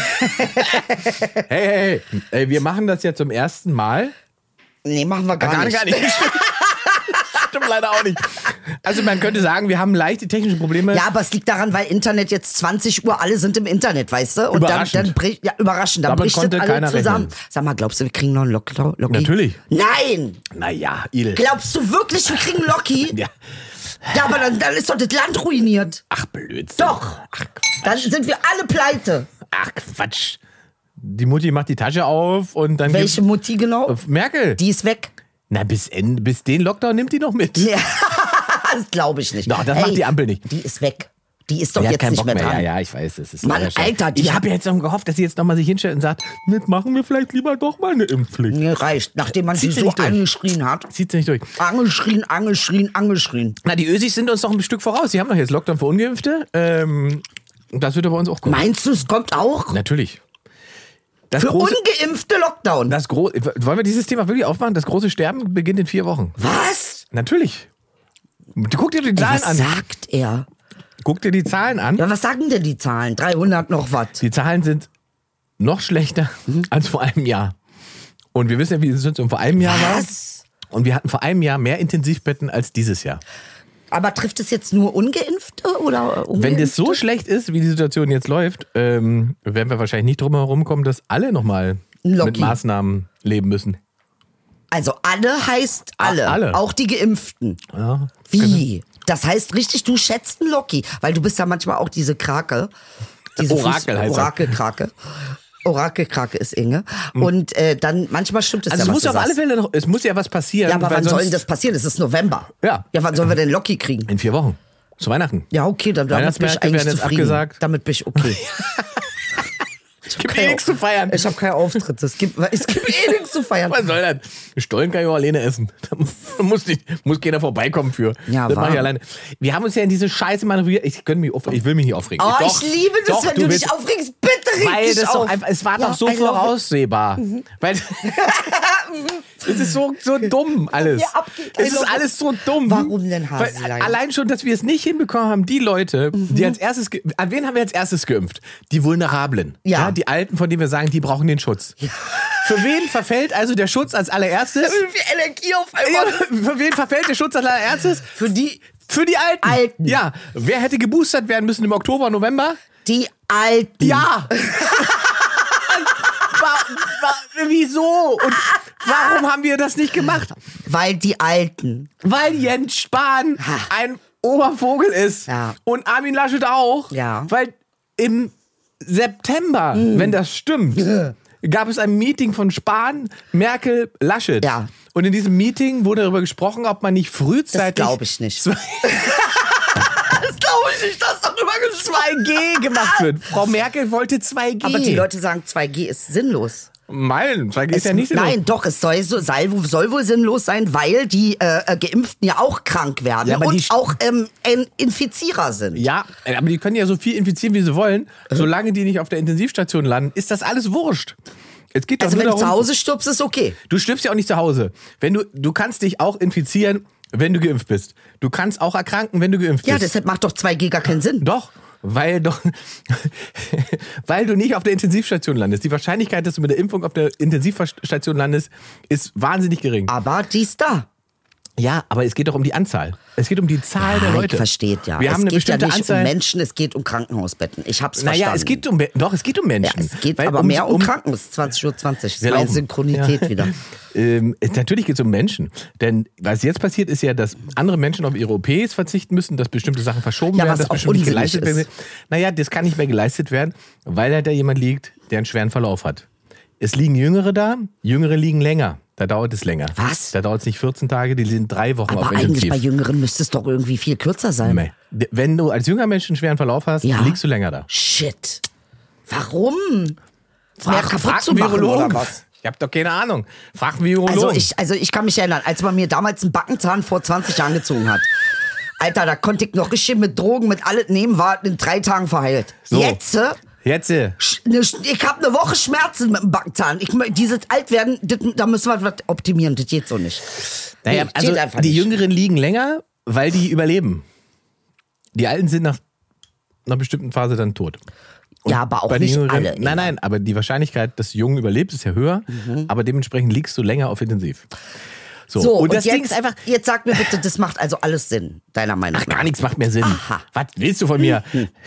Speaker 2: hey, hey, hey. Ey, wir machen das ja zum ersten Mal.
Speaker 3: Nee, machen wir gar,
Speaker 2: Gar
Speaker 3: nicht.
Speaker 2: nicht. Gar nicht. Stimmt leider auch nicht. Also man könnte sagen, wir haben leichte technische Probleme.
Speaker 3: Ja, aber es liegt daran, weil Internet jetzt zwanzig Uhr, alle sind im Internet, weißt du? Und dann,
Speaker 2: Überraschend.
Speaker 3: dann bricht, ja, überraschend, dann
Speaker 2: Damit
Speaker 3: bricht das
Speaker 2: konnte
Speaker 3: alle
Speaker 2: keiner
Speaker 3: zusammen.
Speaker 2: rechnen.
Speaker 3: Sag mal, glaubst du, wir kriegen noch einen Lock Locky?
Speaker 2: Natürlich.
Speaker 3: Nein!
Speaker 2: Naja, Il.
Speaker 3: Glaubst du wirklich, wir kriegen Locky?
Speaker 2: Ja.
Speaker 3: Ja, aber dann, dann ist doch das Land ruiniert.
Speaker 2: Ach, Blödsinn.
Speaker 3: Doch.
Speaker 2: Ach,
Speaker 3: Dann sind wir alle pleite.
Speaker 2: Ach, Quatsch. Die Mutti macht die Tasche auf und dann
Speaker 3: Welche Mutti genau?
Speaker 2: gibt's- Merkel.
Speaker 3: Die ist weg.
Speaker 2: Na, bis, Ende, bis den Lockdown nimmt die noch mit.
Speaker 3: Ja, das glaube ich nicht.
Speaker 2: Doch, das macht die Ampel nicht.
Speaker 3: Die ist weg. Die ist doch
Speaker 2: Die hat
Speaker 3: jetzt
Speaker 2: keinen
Speaker 3: nicht
Speaker 2: Bock
Speaker 3: mehr
Speaker 2: mehr.
Speaker 3: dran.
Speaker 2: Ja, ja, ich weiß. Das ist
Speaker 3: Mann,
Speaker 2: leider schade.
Speaker 3: Alter, die
Speaker 2: ich
Speaker 3: hat-
Speaker 2: habe ja jetzt noch gehofft, dass sie jetzt noch mal sich hinstellt und sagt, jetzt machen wir vielleicht lieber doch mal eine Impfpflicht.
Speaker 3: Nee, reicht. Nachdem man
Speaker 2: Zieht
Speaker 3: sie
Speaker 2: sie
Speaker 3: so
Speaker 2: nicht durch.
Speaker 3: angeschrien hat.
Speaker 2: Zieht sie nicht durch.
Speaker 3: Angeschrien, angeschrien, angeschrien.
Speaker 2: Na, die Ösis sind uns noch ein Stück voraus. Die haben doch jetzt Lockdown für Ungeimpfte. Ähm, das wird aber uns auch kommen.
Speaker 3: Meinst du, es kommt auch?
Speaker 2: Natürlich. Das
Speaker 3: Für
Speaker 2: große,
Speaker 3: ungeimpfte Lockdown.
Speaker 2: das gro Wollen wir dieses Thema wirklich aufmachen? Das große Sterben beginnt in vier Wochen.
Speaker 3: Was?
Speaker 2: Natürlich. Guck dir die
Speaker 3: Ey,
Speaker 2: Zahlen
Speaker 3: was
Speaker 2: an.
Speaker 3: sagt er?
Speaker 2: Guck dir die Zahlen an.
Speaker 3: Ja, was sagen denn die Zahlen? dreihundert noch was.
Speaker 2: Die Zahlen sind noch schlechter als vor einem Jahr. Und wir wissen ja, wie die Situation vor einem Jahr war.
Speaker 3: Was?
Speaker 2: Und wir hatten vor einem Jahr mehr Intensivbetten als dieses Jahr.
Speaker 3: Aber trifft es jetzt nur Ungeimpfte oder Ungeimpfte?
Speaker 2: Wenn das so schlecht ist, wie die Situation jetzt läuft, ähm, werden wir wahrscheinlich nicht drum herum kommen, dass alle nochmal
Speaker 3: Locky.
Speaker 2: mit Maßnahmen leben müssen.
Speaker 3: Also alle heißt alle.
Speaker 2: Ah, alle.
Speaker 3: Auch die Geimpften.
Speaker 2: Ja.
Speaker 3: Wie? Das heißt richtig, du schätzt einen Locky. Weil du bist ja manchmal auch diese Krake. Diese
Speaker 2: Orakel heißt er.
Speaker 3: Orakelkrake. Orakelkrake ist Inge. Und äh, dann, manchmal stimmt es
Speaker 2: Also
Speaker 3: ja,
Speaker 2: es
Speaker 3: was
Speaker 2: muss
Speaker 3: du
Speaker 2: auf alle
Speaker 3: sagst.
Speaker 2: Fälle noch, es muss ja was passieren.
Speaker 3: Ja, aber
Speaker 2: weil
Speaker 3: wann soll
Speaker 2: sonst
Speaker 3: denn das passieren? Es ist November.
Speaker 2: Ja.
Speaker 3: Ja, wann sollen wir denn Locky kriegen?
Speaker 2: in vier Wochen. Zu Weihnachten.
Speaker 3: Ja, okay, dann damit bin ich
Speaker 2: Weihnachtsmärkte
Speaker 3: eigentlich
Speaker 2: werden jetzt
Speaker 3: zufrieden.
Speaker 2: abgesagt.
Speaker 3: Damit bin ich okay.
Speaker 2: Es gibt eh nichts zu feiern.
Speaker 3: Ich habe keinen Auftritt. Es gibt, es gibt eh nichts zu feiern.
Speaker 2: Was soll das? Stollen kann ich auch alleine essen. Da muss, nicht, muss keiner vorbeikommen für.
Speaker 3: Ja,
Speaker 2: das
Speaker 3: wahr.
Speaker 2: mache ich alleine. Wir haben uns ja in diese Scheiße manövriert. Ich, gönn mich auf, ich will mich nicht aufregen.
Speaker 3: Oh,
Speaker 2: Doch,
Speaker 3: ich liebe das,
Speaker 2: doch,
Speaker 3: wenn du,
Speaker 2: willst-
Speaker 3: dich aufregst. Bitte reg
Speaker 2: Weil
Speaker 3: dich
Speaker 2: das
Speaker 3: auf.
Speaker 2: doch einfach, es war
Speaker 3: Ja,
Speaker 2: doch so
Speaker 3: I love it.
Speaker 2: voraussehbar. Weil es ist so, so dumm alles.
Speaker 3: hier abgeht, I
Speaker 2: Es ist
Speaker 3: love it.
Speaker 2: alles so dumm.
Speaker 3: Warum denn,
Speaker 2: Weil,
Speaker 3: Haselein?
Speaker 2: allein schon, dass wir es nicht hinbekommen haben, die Leute,
Speaker 3: Mhm.
Speaker 2: die als erstes, ge- an wen haben wir als erstes geimpft? Die Vulnerablen.
Speaker 3: Ja.
Speaker 2: Die Alten, von denen wir sagen, die brauchen den Schutz. Für wen verfällt also der Schutz als allererstes?
Speaker 3: Wie viel Energie auf einmal.
Speaker 2: Ja, für wen verfällt der Schutz als allererstes?
Speaker 3: Für die,
Speaker 2: Für die Alten.
Speaker 3: Alten.
Speaker 2: Ja. Wer hätte geboostert werden müssen im Oktober, November?
Speaker 3: die Alten.
Speaker 2: Ja. Wa- wa- wieso? Und warum haben wir das nicht gemacht?
Speaker 3: Weil die Alten.
Speaker 2: Weil Jens Spahn ein Obervogel ist.
Speaker 3: Ja.
Speaker 2: Und Armin Laschet auch.
Speaker 3: Ja.
Speaker 2: Weil im September, wenn das stimmt, gab es ein Meeting von Spahn, Merkel, Laschet.
Speaker 3: Ja.
Speaker 2: Und in diesem Meeting wurde darüber gesprochen, ob man nicht
Speaker 3: Das
Speaker 2: frühzeitig
Speaker 3: glaube ich nicht.
Speaker 2: zwei
Speaker 3: Das glaube ich nicht, dass darüber gesprochen
Speaker 2: G gemacht wird. Frau Merkel wollte zwei G.
Speaker 3: Aber die Leute sagen, zwei G ist sinnlos.
Speaker 2: Meilen, zwei G ist
Speaker 3: Es,
Speaker 2: ja nicht so.
Speaker 3: nein, doch, es soll, so, soll, soll wohl sinnlos sein, weil die äh, äh, Geimpften ja auch krank werden
Speaker 2: Ja, aber
Speaker 3: und
Speaker 2: die-
Speaker 3: auch ähm, ein Infizierer sind.
Speaker 2: Ja, aber die können ja so viel infizieren, wie sie wollen. Solange die nicht auf der Intensivstation landen, ist das alles wurscht. Es geht doch
Speaker 3: Also
Speaker 2: nur
Speaker 3: wenn du
Speaker 2: darum,
Speaker 3: zu Hause stirbst, ist okay.
Speaker 2: du stirbst ja auch nicht zu Hause. Wenn du, du kannst dich auch infizieren, wenn du geimpft bist. Du kannst auch erkranken, wenn du geimpft
Speaker 3: Ja,
Speaker 2: bist.
Speaker 3: deshalb macht doch zwei G gar keinen Sinn.
Speaker 2: Doch, weil doch, weil du nicht auf der Intensivstation landest. Die Wahrscheinlichkeit, dass du mit der Impfung auf der Intensivstation landest, ist wahnsinnig gering.
Speaker 3: Aber die ist da.
Speaker 2: Ja, aber es geht doch um die Anzahl. Es geht um die Zahl
Speaker 3: Ja,
Speaker 2: der Leute.
Speaker 3: Ich versteht ja.
Speaker 2: Wir
Speaker 3: es
Speaker 2: haben eine
Speaker 3: geht ja
Speaker 2: bestimmte
Speaker 3: nicht
Speaker 2: Anzahl.
Speaker 3: um Menschen, es geht um Krankenhausbetten. Ich hab's
Speaker 2: Naja,
Speaker 3: verstanden.
Speaker 2: es geht um, doch, es geht um
Speaker 3: ja,
Speaker 2: Menschen.
Speaker 3: es geht
Speaker 2: Weil
Speaker 3: aber
Speaker 2: um-
Speaker 3: mehr um,
Speaker 2: um-
Speaker 3: Krankenhaus. zwanzig Uhr zwanzig. Das
Speaker 2: Wir
Speaker 3: ist meine
Speaker 2: laufen.
Speaker 3: Synchronität
Speaker 2: Ja.
Speaker 3: wieder.
Speaker 2: Ähm, es- natürlich geht es um Menschen. Denn was jetzt passiert, ist ja, dass andere Menschen auf ihre O Ps verzichten müssen, dass bestimmte Sachen verschoben
Speaker 3: Ja,
Speaker 2: werden,
Speaker 3: was
Speaker 2: dass
Speaker 3: auch
Speaker 2: bestimmte
Speaker 3: unsinnig
Speaker 2: geleistet
Speaker 3: ist.
Speaker 2: werden. Naja, das kann nicht mehr geleistet werden, weil da da jemand liegt, der einen schweren Verlauf hat. Es liegen Jüngere da, Jüngere liegen länger. Da dauert es länger.
Speaker 3: Was?
Speaker 2: Da dauert es nicht vierzehn Tage, die sind drei Wochen
Speaker 3: Aber
Speaker 2: auf
Speaker 3: eigentlich
Speaker 2: Intensiv.
Speaker 3: bei Jüngeren müsste es doch irgendwie viel kürzer sein.
Speaker 2: Nee. Wenn du als junger Mensch einen schweren Verlauf hast,
Speaker 3: Ja.
Speaker 2: liegst du länger da.
Speaker 3: Shit. Warum? Mehr kaputt
Speaker 2: frag
Speaker 3: zu
Speaker 2: einen
Speaker 3: machen
Speaker 2: Virologen.
Speaker 3: oder was?
Speaker 2: Ich hab doch keine Ahnung. Frag einen Virologen.
Speaker 3: Also ich, also ich kann mich erinnern, als man mir damals einen Backenzahn vor zwanzig Jahren gezogen hat. Alter, da konnte ich noch richtig mit Drogen, mit allem nehmen, war in drei Tagen verheilt.
Speaker 2: So.
Speaker 3: Jetzt, äh,
Speaker 2: Jetzt, äh,
Speaker 3: sch- ne, ich habe eine Woche Schmerzen mit dem Backenzahn. Ich, mö- dieses Altwerden, das, da müssen wir was optimieren, das geht so nicht.
Speaker 2: naja,
Speaker 3: Nee,
Speaker 2: also
Speaker 3: geht einfach
Speaker 2: die
Speaker 3: nicht.
Speaker 2: Jüngeren liegen länger, weil die überleben. Die Alten sind nach einer bestimmten Phase dann tot. Und
Speaker 3: Ja, aber auch
Speaker 2: bei den
Speaker 3: nicht
Speaker 2: Jüngeren-
Speaker 3: alle,
Speaker 2: Nein, nein, aber die Wahrscheinlichkeit, dass du Jungen überlebst, ist ja höher. Aber dementsprechend liegst du länger auf Intensiv. So,
Speaker 3: So,
Speaker 2: und das
Speaker 3: jetzt,
Speaker 2: Ding ist einfach,
Speaker 3: jetzt sag mir bitte, das macht also alles Sinn, deiner Meinung
Speaker 2: ach,
Speaker 3: nach.
Speaker 2: gar nichts macht mehr Sinn.
Speaker 3: Aha.
Speaker 2: Was willst du von mir?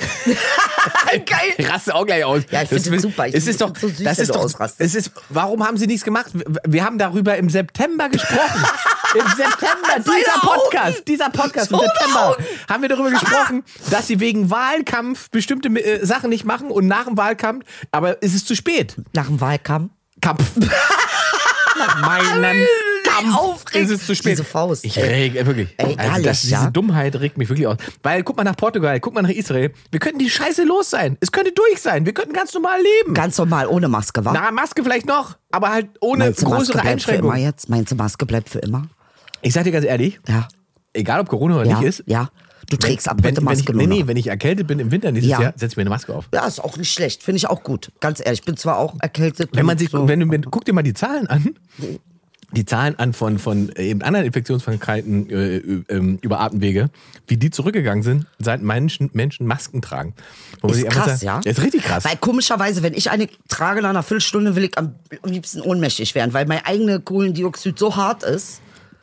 Speaker 3: Geil.
Speaker 2: Ich raste auch gleich aus.
Speaker 3: Ja, ich finde das super. Ich
Speaker 2: Es
Speaker 3: find
Speaker 2: ist doch,
Speaker 3: das so süß,
Speaker 2: das
Speaker 3: wenn
Speaker 2: ist
Speaker 3: du
Speaker 2: doch,
Speaker 3: ausrastest.
Speaker 2: es ist, warum haben sie nichts gemacht? Wir- Wir haben darüber im September gesprochen. Im September, dieser
Speaker 3: Seine
Speaker 2: Podcast,
Speaker 3: Augen.
Speaker 2: dieser Podcast im
Speaker 3: So
Speaker 2: September,
Speaker 3: Augen.
Speaker 2: haben wir darüber gesprochen, dass sie wegen Wahlkampf bestimmte äh, Sachen nicht machen und nach dem Wahlkampf, aber es ist zu spät.
Speaker 3: Nach dem Wahlkampf.
Speaker 2: Kampf. Nach meinen Kampf
Speaker 3: aufregt.
Speaker 2: ist es zu spät.
Speaker 3: Diese Faust.
Speaker 2: Ich reg, äh, wirklich.
Speaker 3: Ey,
Speaker 2: also
Speaker 3: ehrlich,
Speaker 2: das, diese
Speaker 3: ja?
Speaker 2: Dummheit regt mich wirklich aus. Weil, guck mal nach Portugal, guck mal nach Israel. Wir könnten die Scheiße los sein. Es könnte durch sein. Wir könnten ganz normal leben.
Speaker 3: Ganz normal, ohne Maske, wa?
Speaker 2: Na, Maske vielleicht noch, aber halt ohne
Speaker 3: Meinst du, Maske
Speaker 2: größere
Speaker 3: bleibt für immer
Speaker 2: Einschränkungen.
Speaker 3: jetzt? Meinst du, Maske bleibt für immer?
Speaker 2: Ich sag dir ganz ehrlich,
Speaker 3: Ja.
Speaker 2: egal ob Corona oder
Speaker 3: Ja,
Speaker 2: nicht ist,
Speaker 3: ja. Du trägst ab
Speaker 2: wenn,
Speaker 3: heute
Speaker 2: wenn,
Speaker 3: Maske
Speaker 2: ich,
Speaker 3: nur
Speaker 2: nee,
Speaker 3: noch.
Speaker 2: nee, wenn ich erkältet bin im Winter nächstes
Speaker 3: Ja.
Speaker 2: Jahr, setze ich mir eine Maske auf.
Speaker 3: Ja, ist auch nicht schlecht. Finde ich auch gut. Ganz ehrlich, ich bin zwar auch erkältet.
Speaker 2: Wenn man
Speaker 3: und
Speaker 2: sich,
Speaker 3: so.
Speaker 2: wenn du, wenn, guck dir mal die Zahlen an. Die Zahlen an von, von äh, eben anderen Infektionskrankheiten äh, äh, über Atemwege, wie die zurückgegangen sind, seit Menschen, Menschen Masken tragen. Wo man
Speaker 3: Ist
Speaker 2: sich einfach
Speaker 3: krass,
Speaker 2: sagt,
Speaker 3: ja?
Speaker 2: Ist richtig krass.
Speaker 3: Weil komischerweise, wenn ich eine trage nach einer Viertelstunde, will ich am, am liebsten ohnmächtig werden, weil mein eigener Kohlendioxid so hart ist.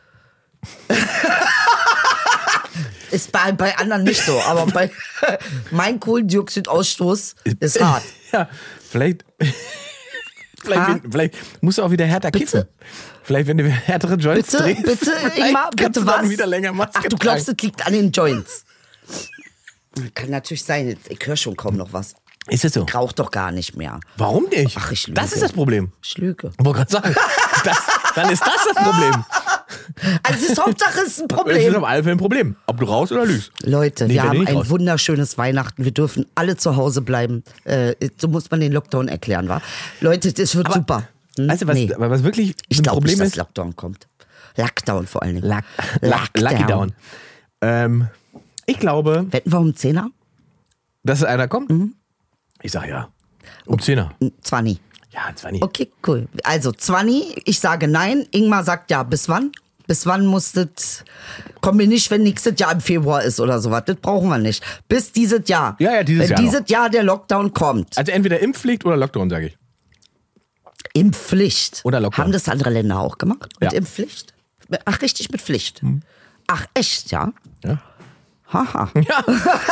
Speaker 3: Ist bei, bei anderen nicht so, aber bei mein Kohlendioxidausstoß ist hart.
Speaker 2: Ja, vielleicht, vielleicht,
Speaker 3: Ha?
Speaker 2: vielleicht musst du auch wieder härter kiffen. Vielleicht, wenn du härtere Joints
Speaker 3: Bitte,
Speaker 2: drehst,
Speaker 3: bitte,
Speaker 2: vielleicht
Speaker 3: Ingmar,
Speaker 2: kannst
Speaker 3: bitte
Speaker 2: du dann
Speaker 3: was?
Speaker 2: wieder länger Maske
Speaker 3: Ach, du glaubst,
Speaker 2: tragen.
Speaker 3: das liegt an den Joints. Kann natürlich sein, jetzt- ich höre schon kaum noch was.
Speaker 2: Ist das so?
Speaker 3: Ich rauch doch gar nicht mehr.
Speaker 2: Warum nicht?
Speaker 3: Ach, ich
Speaker 2: das
Speaker 3: lüge.
Speaker 2: ist das Problem.
Speaker 3: Ich lüge.
Speaker 2: Ich wollte gerade sagen, das, dann ist das das Problem.
Speaker 3: Also es ist Hauptsache, es ist ein
Speaker 2: Das ist
Speaker 3: Problem.
Speaker 2: auf alle Fälle ein Problem. Ob du raus oder lügst.
Speaker 3: Leute,
Speaker 2: Nee,
Speaker 3: wir
Speaker 2: wenn du
Speaker 3: haben
Speaker 2: nicht
Speaker 3: ein
Speaker 2: raus.
Speaker 3: wunderschönes Weihnachten. Wir dürfen alle zu Hause bleiben. Äh, so muss man den Lockdown erklären, wa? Leute, das wird
Speaker 2: Aber,
Speaker 3: super. Hm?
Speaker 2: Weißt du, was,
Speaker 3: Nee,
Speaker 2: aber was wirklich
Speaker 3: ich
Speaker 2: ein
Speaker 3: glaube
Speaker 2: Problem
Speaker 3: nicht, dass
Speaker 2: ist?
Speaker 3: Lockdown kommt. Lockdown vor allen Dingen.
Speaker 2: Luck, Luck, Lucky Down. Ähm, ich glaube,
Speaker 3: Wetten wir um Zehner?
Speaker 2: dass einer kommt.
Speaker 3: Mhm.
Speaker 2: Ich sag ja. Um Zehner.
Speaker 3: Zwanni.
Speaker 2: Ja, zwar nicht.
Speaker 3: Okay, cool. Also Zwanni, ich sage nein. Ingmar sagt ja. Bis wann? Bis wann musstet... Kommen wir nicht, wenn nächstes Jahr im Februar ist oder sowas. Das brauchen wir nicht. Bis dieses Jahr.
Speaker 2: Ja, ja, dieses
Speaker 3: wenn
Speaker 2: Jahr
Speaker 3: Wenn
Speaker 2: noch.
Speaker 3: dieses Jahr der Lockdown kommt.
Speaker 2: Also entweder Impfpflicht oder Lockdown, sage ich.
Speaker 3: Impfpflicht.
Speaker 2: Oder Lockdown.
Speaker 3: Haben das andere Länder auch gemacht? Mit
Speaker 2: Ja.
Speaker 3: Impfpflicht? Ach, richtig, mit Pflicht. Ach, echt, ja?
Speaker 2: Ja.
Speaker 3: Haha.
Speaker 2: Ja.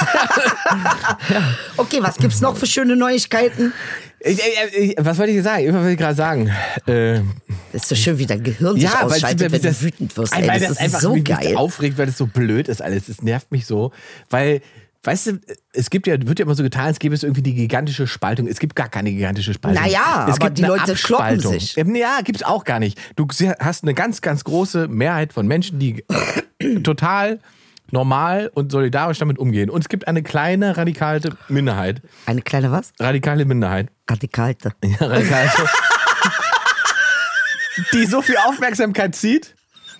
Speaker 3: Okay, was gibt's noch für schöne Neuigkeiten?
Speaker 2: Ich, ich, ich, was wollte ich sagen? Was wollte ich gerade sagen? Äh,
Speaker 3: Das ist so schön, wie dein Gehirn sich
Speaker 2: ja, weil
Speaker 3: ausschaltet, wenn
Speaker 2: das,
Speaker 3: du wütend wirst.
Speaker 2: Weil
Speaker 3: Ey,
Speaker 2: das,
Speaker 3: das, ist
Speaker 2: einfach
Speaker 3: so
Speaker 2: mich
Speaker 3: geil.
Speaker 2: aufregt, weil das so blöd ist alles. Es nervt mich so, weil weißt du, es gibt ja, wird ja immer so getan, es gäbe es irgendwie die gigantische Spaltung. Es gibt gar keine gigantische Spaltung.
Speaker 3: Naja,
Speaker 2: es
Speaker 3: aber
Speaker 2: gibt
Speaker 3: die
Speaker 2: eine
Speaker 3: Leute kloppen
Speaker 2: Abspaltung.
Speaker 3: sich.
Speaker 2: Ähm, Ja, gibt's auch gar nicht. Du hast eine ganz, ganz große Mehrheit von Menschen, die total normal und solidarisch damit umgehen. Und es gibt eine kleine radikale Minderheit.
Speaker 3: Eine kleine was?
Speaker 2: Radikale Minderheit.
Speaker 3: Radikalte.
Speaker 2: Ja, radikale. Die so viel Aufmerksamkeit zieht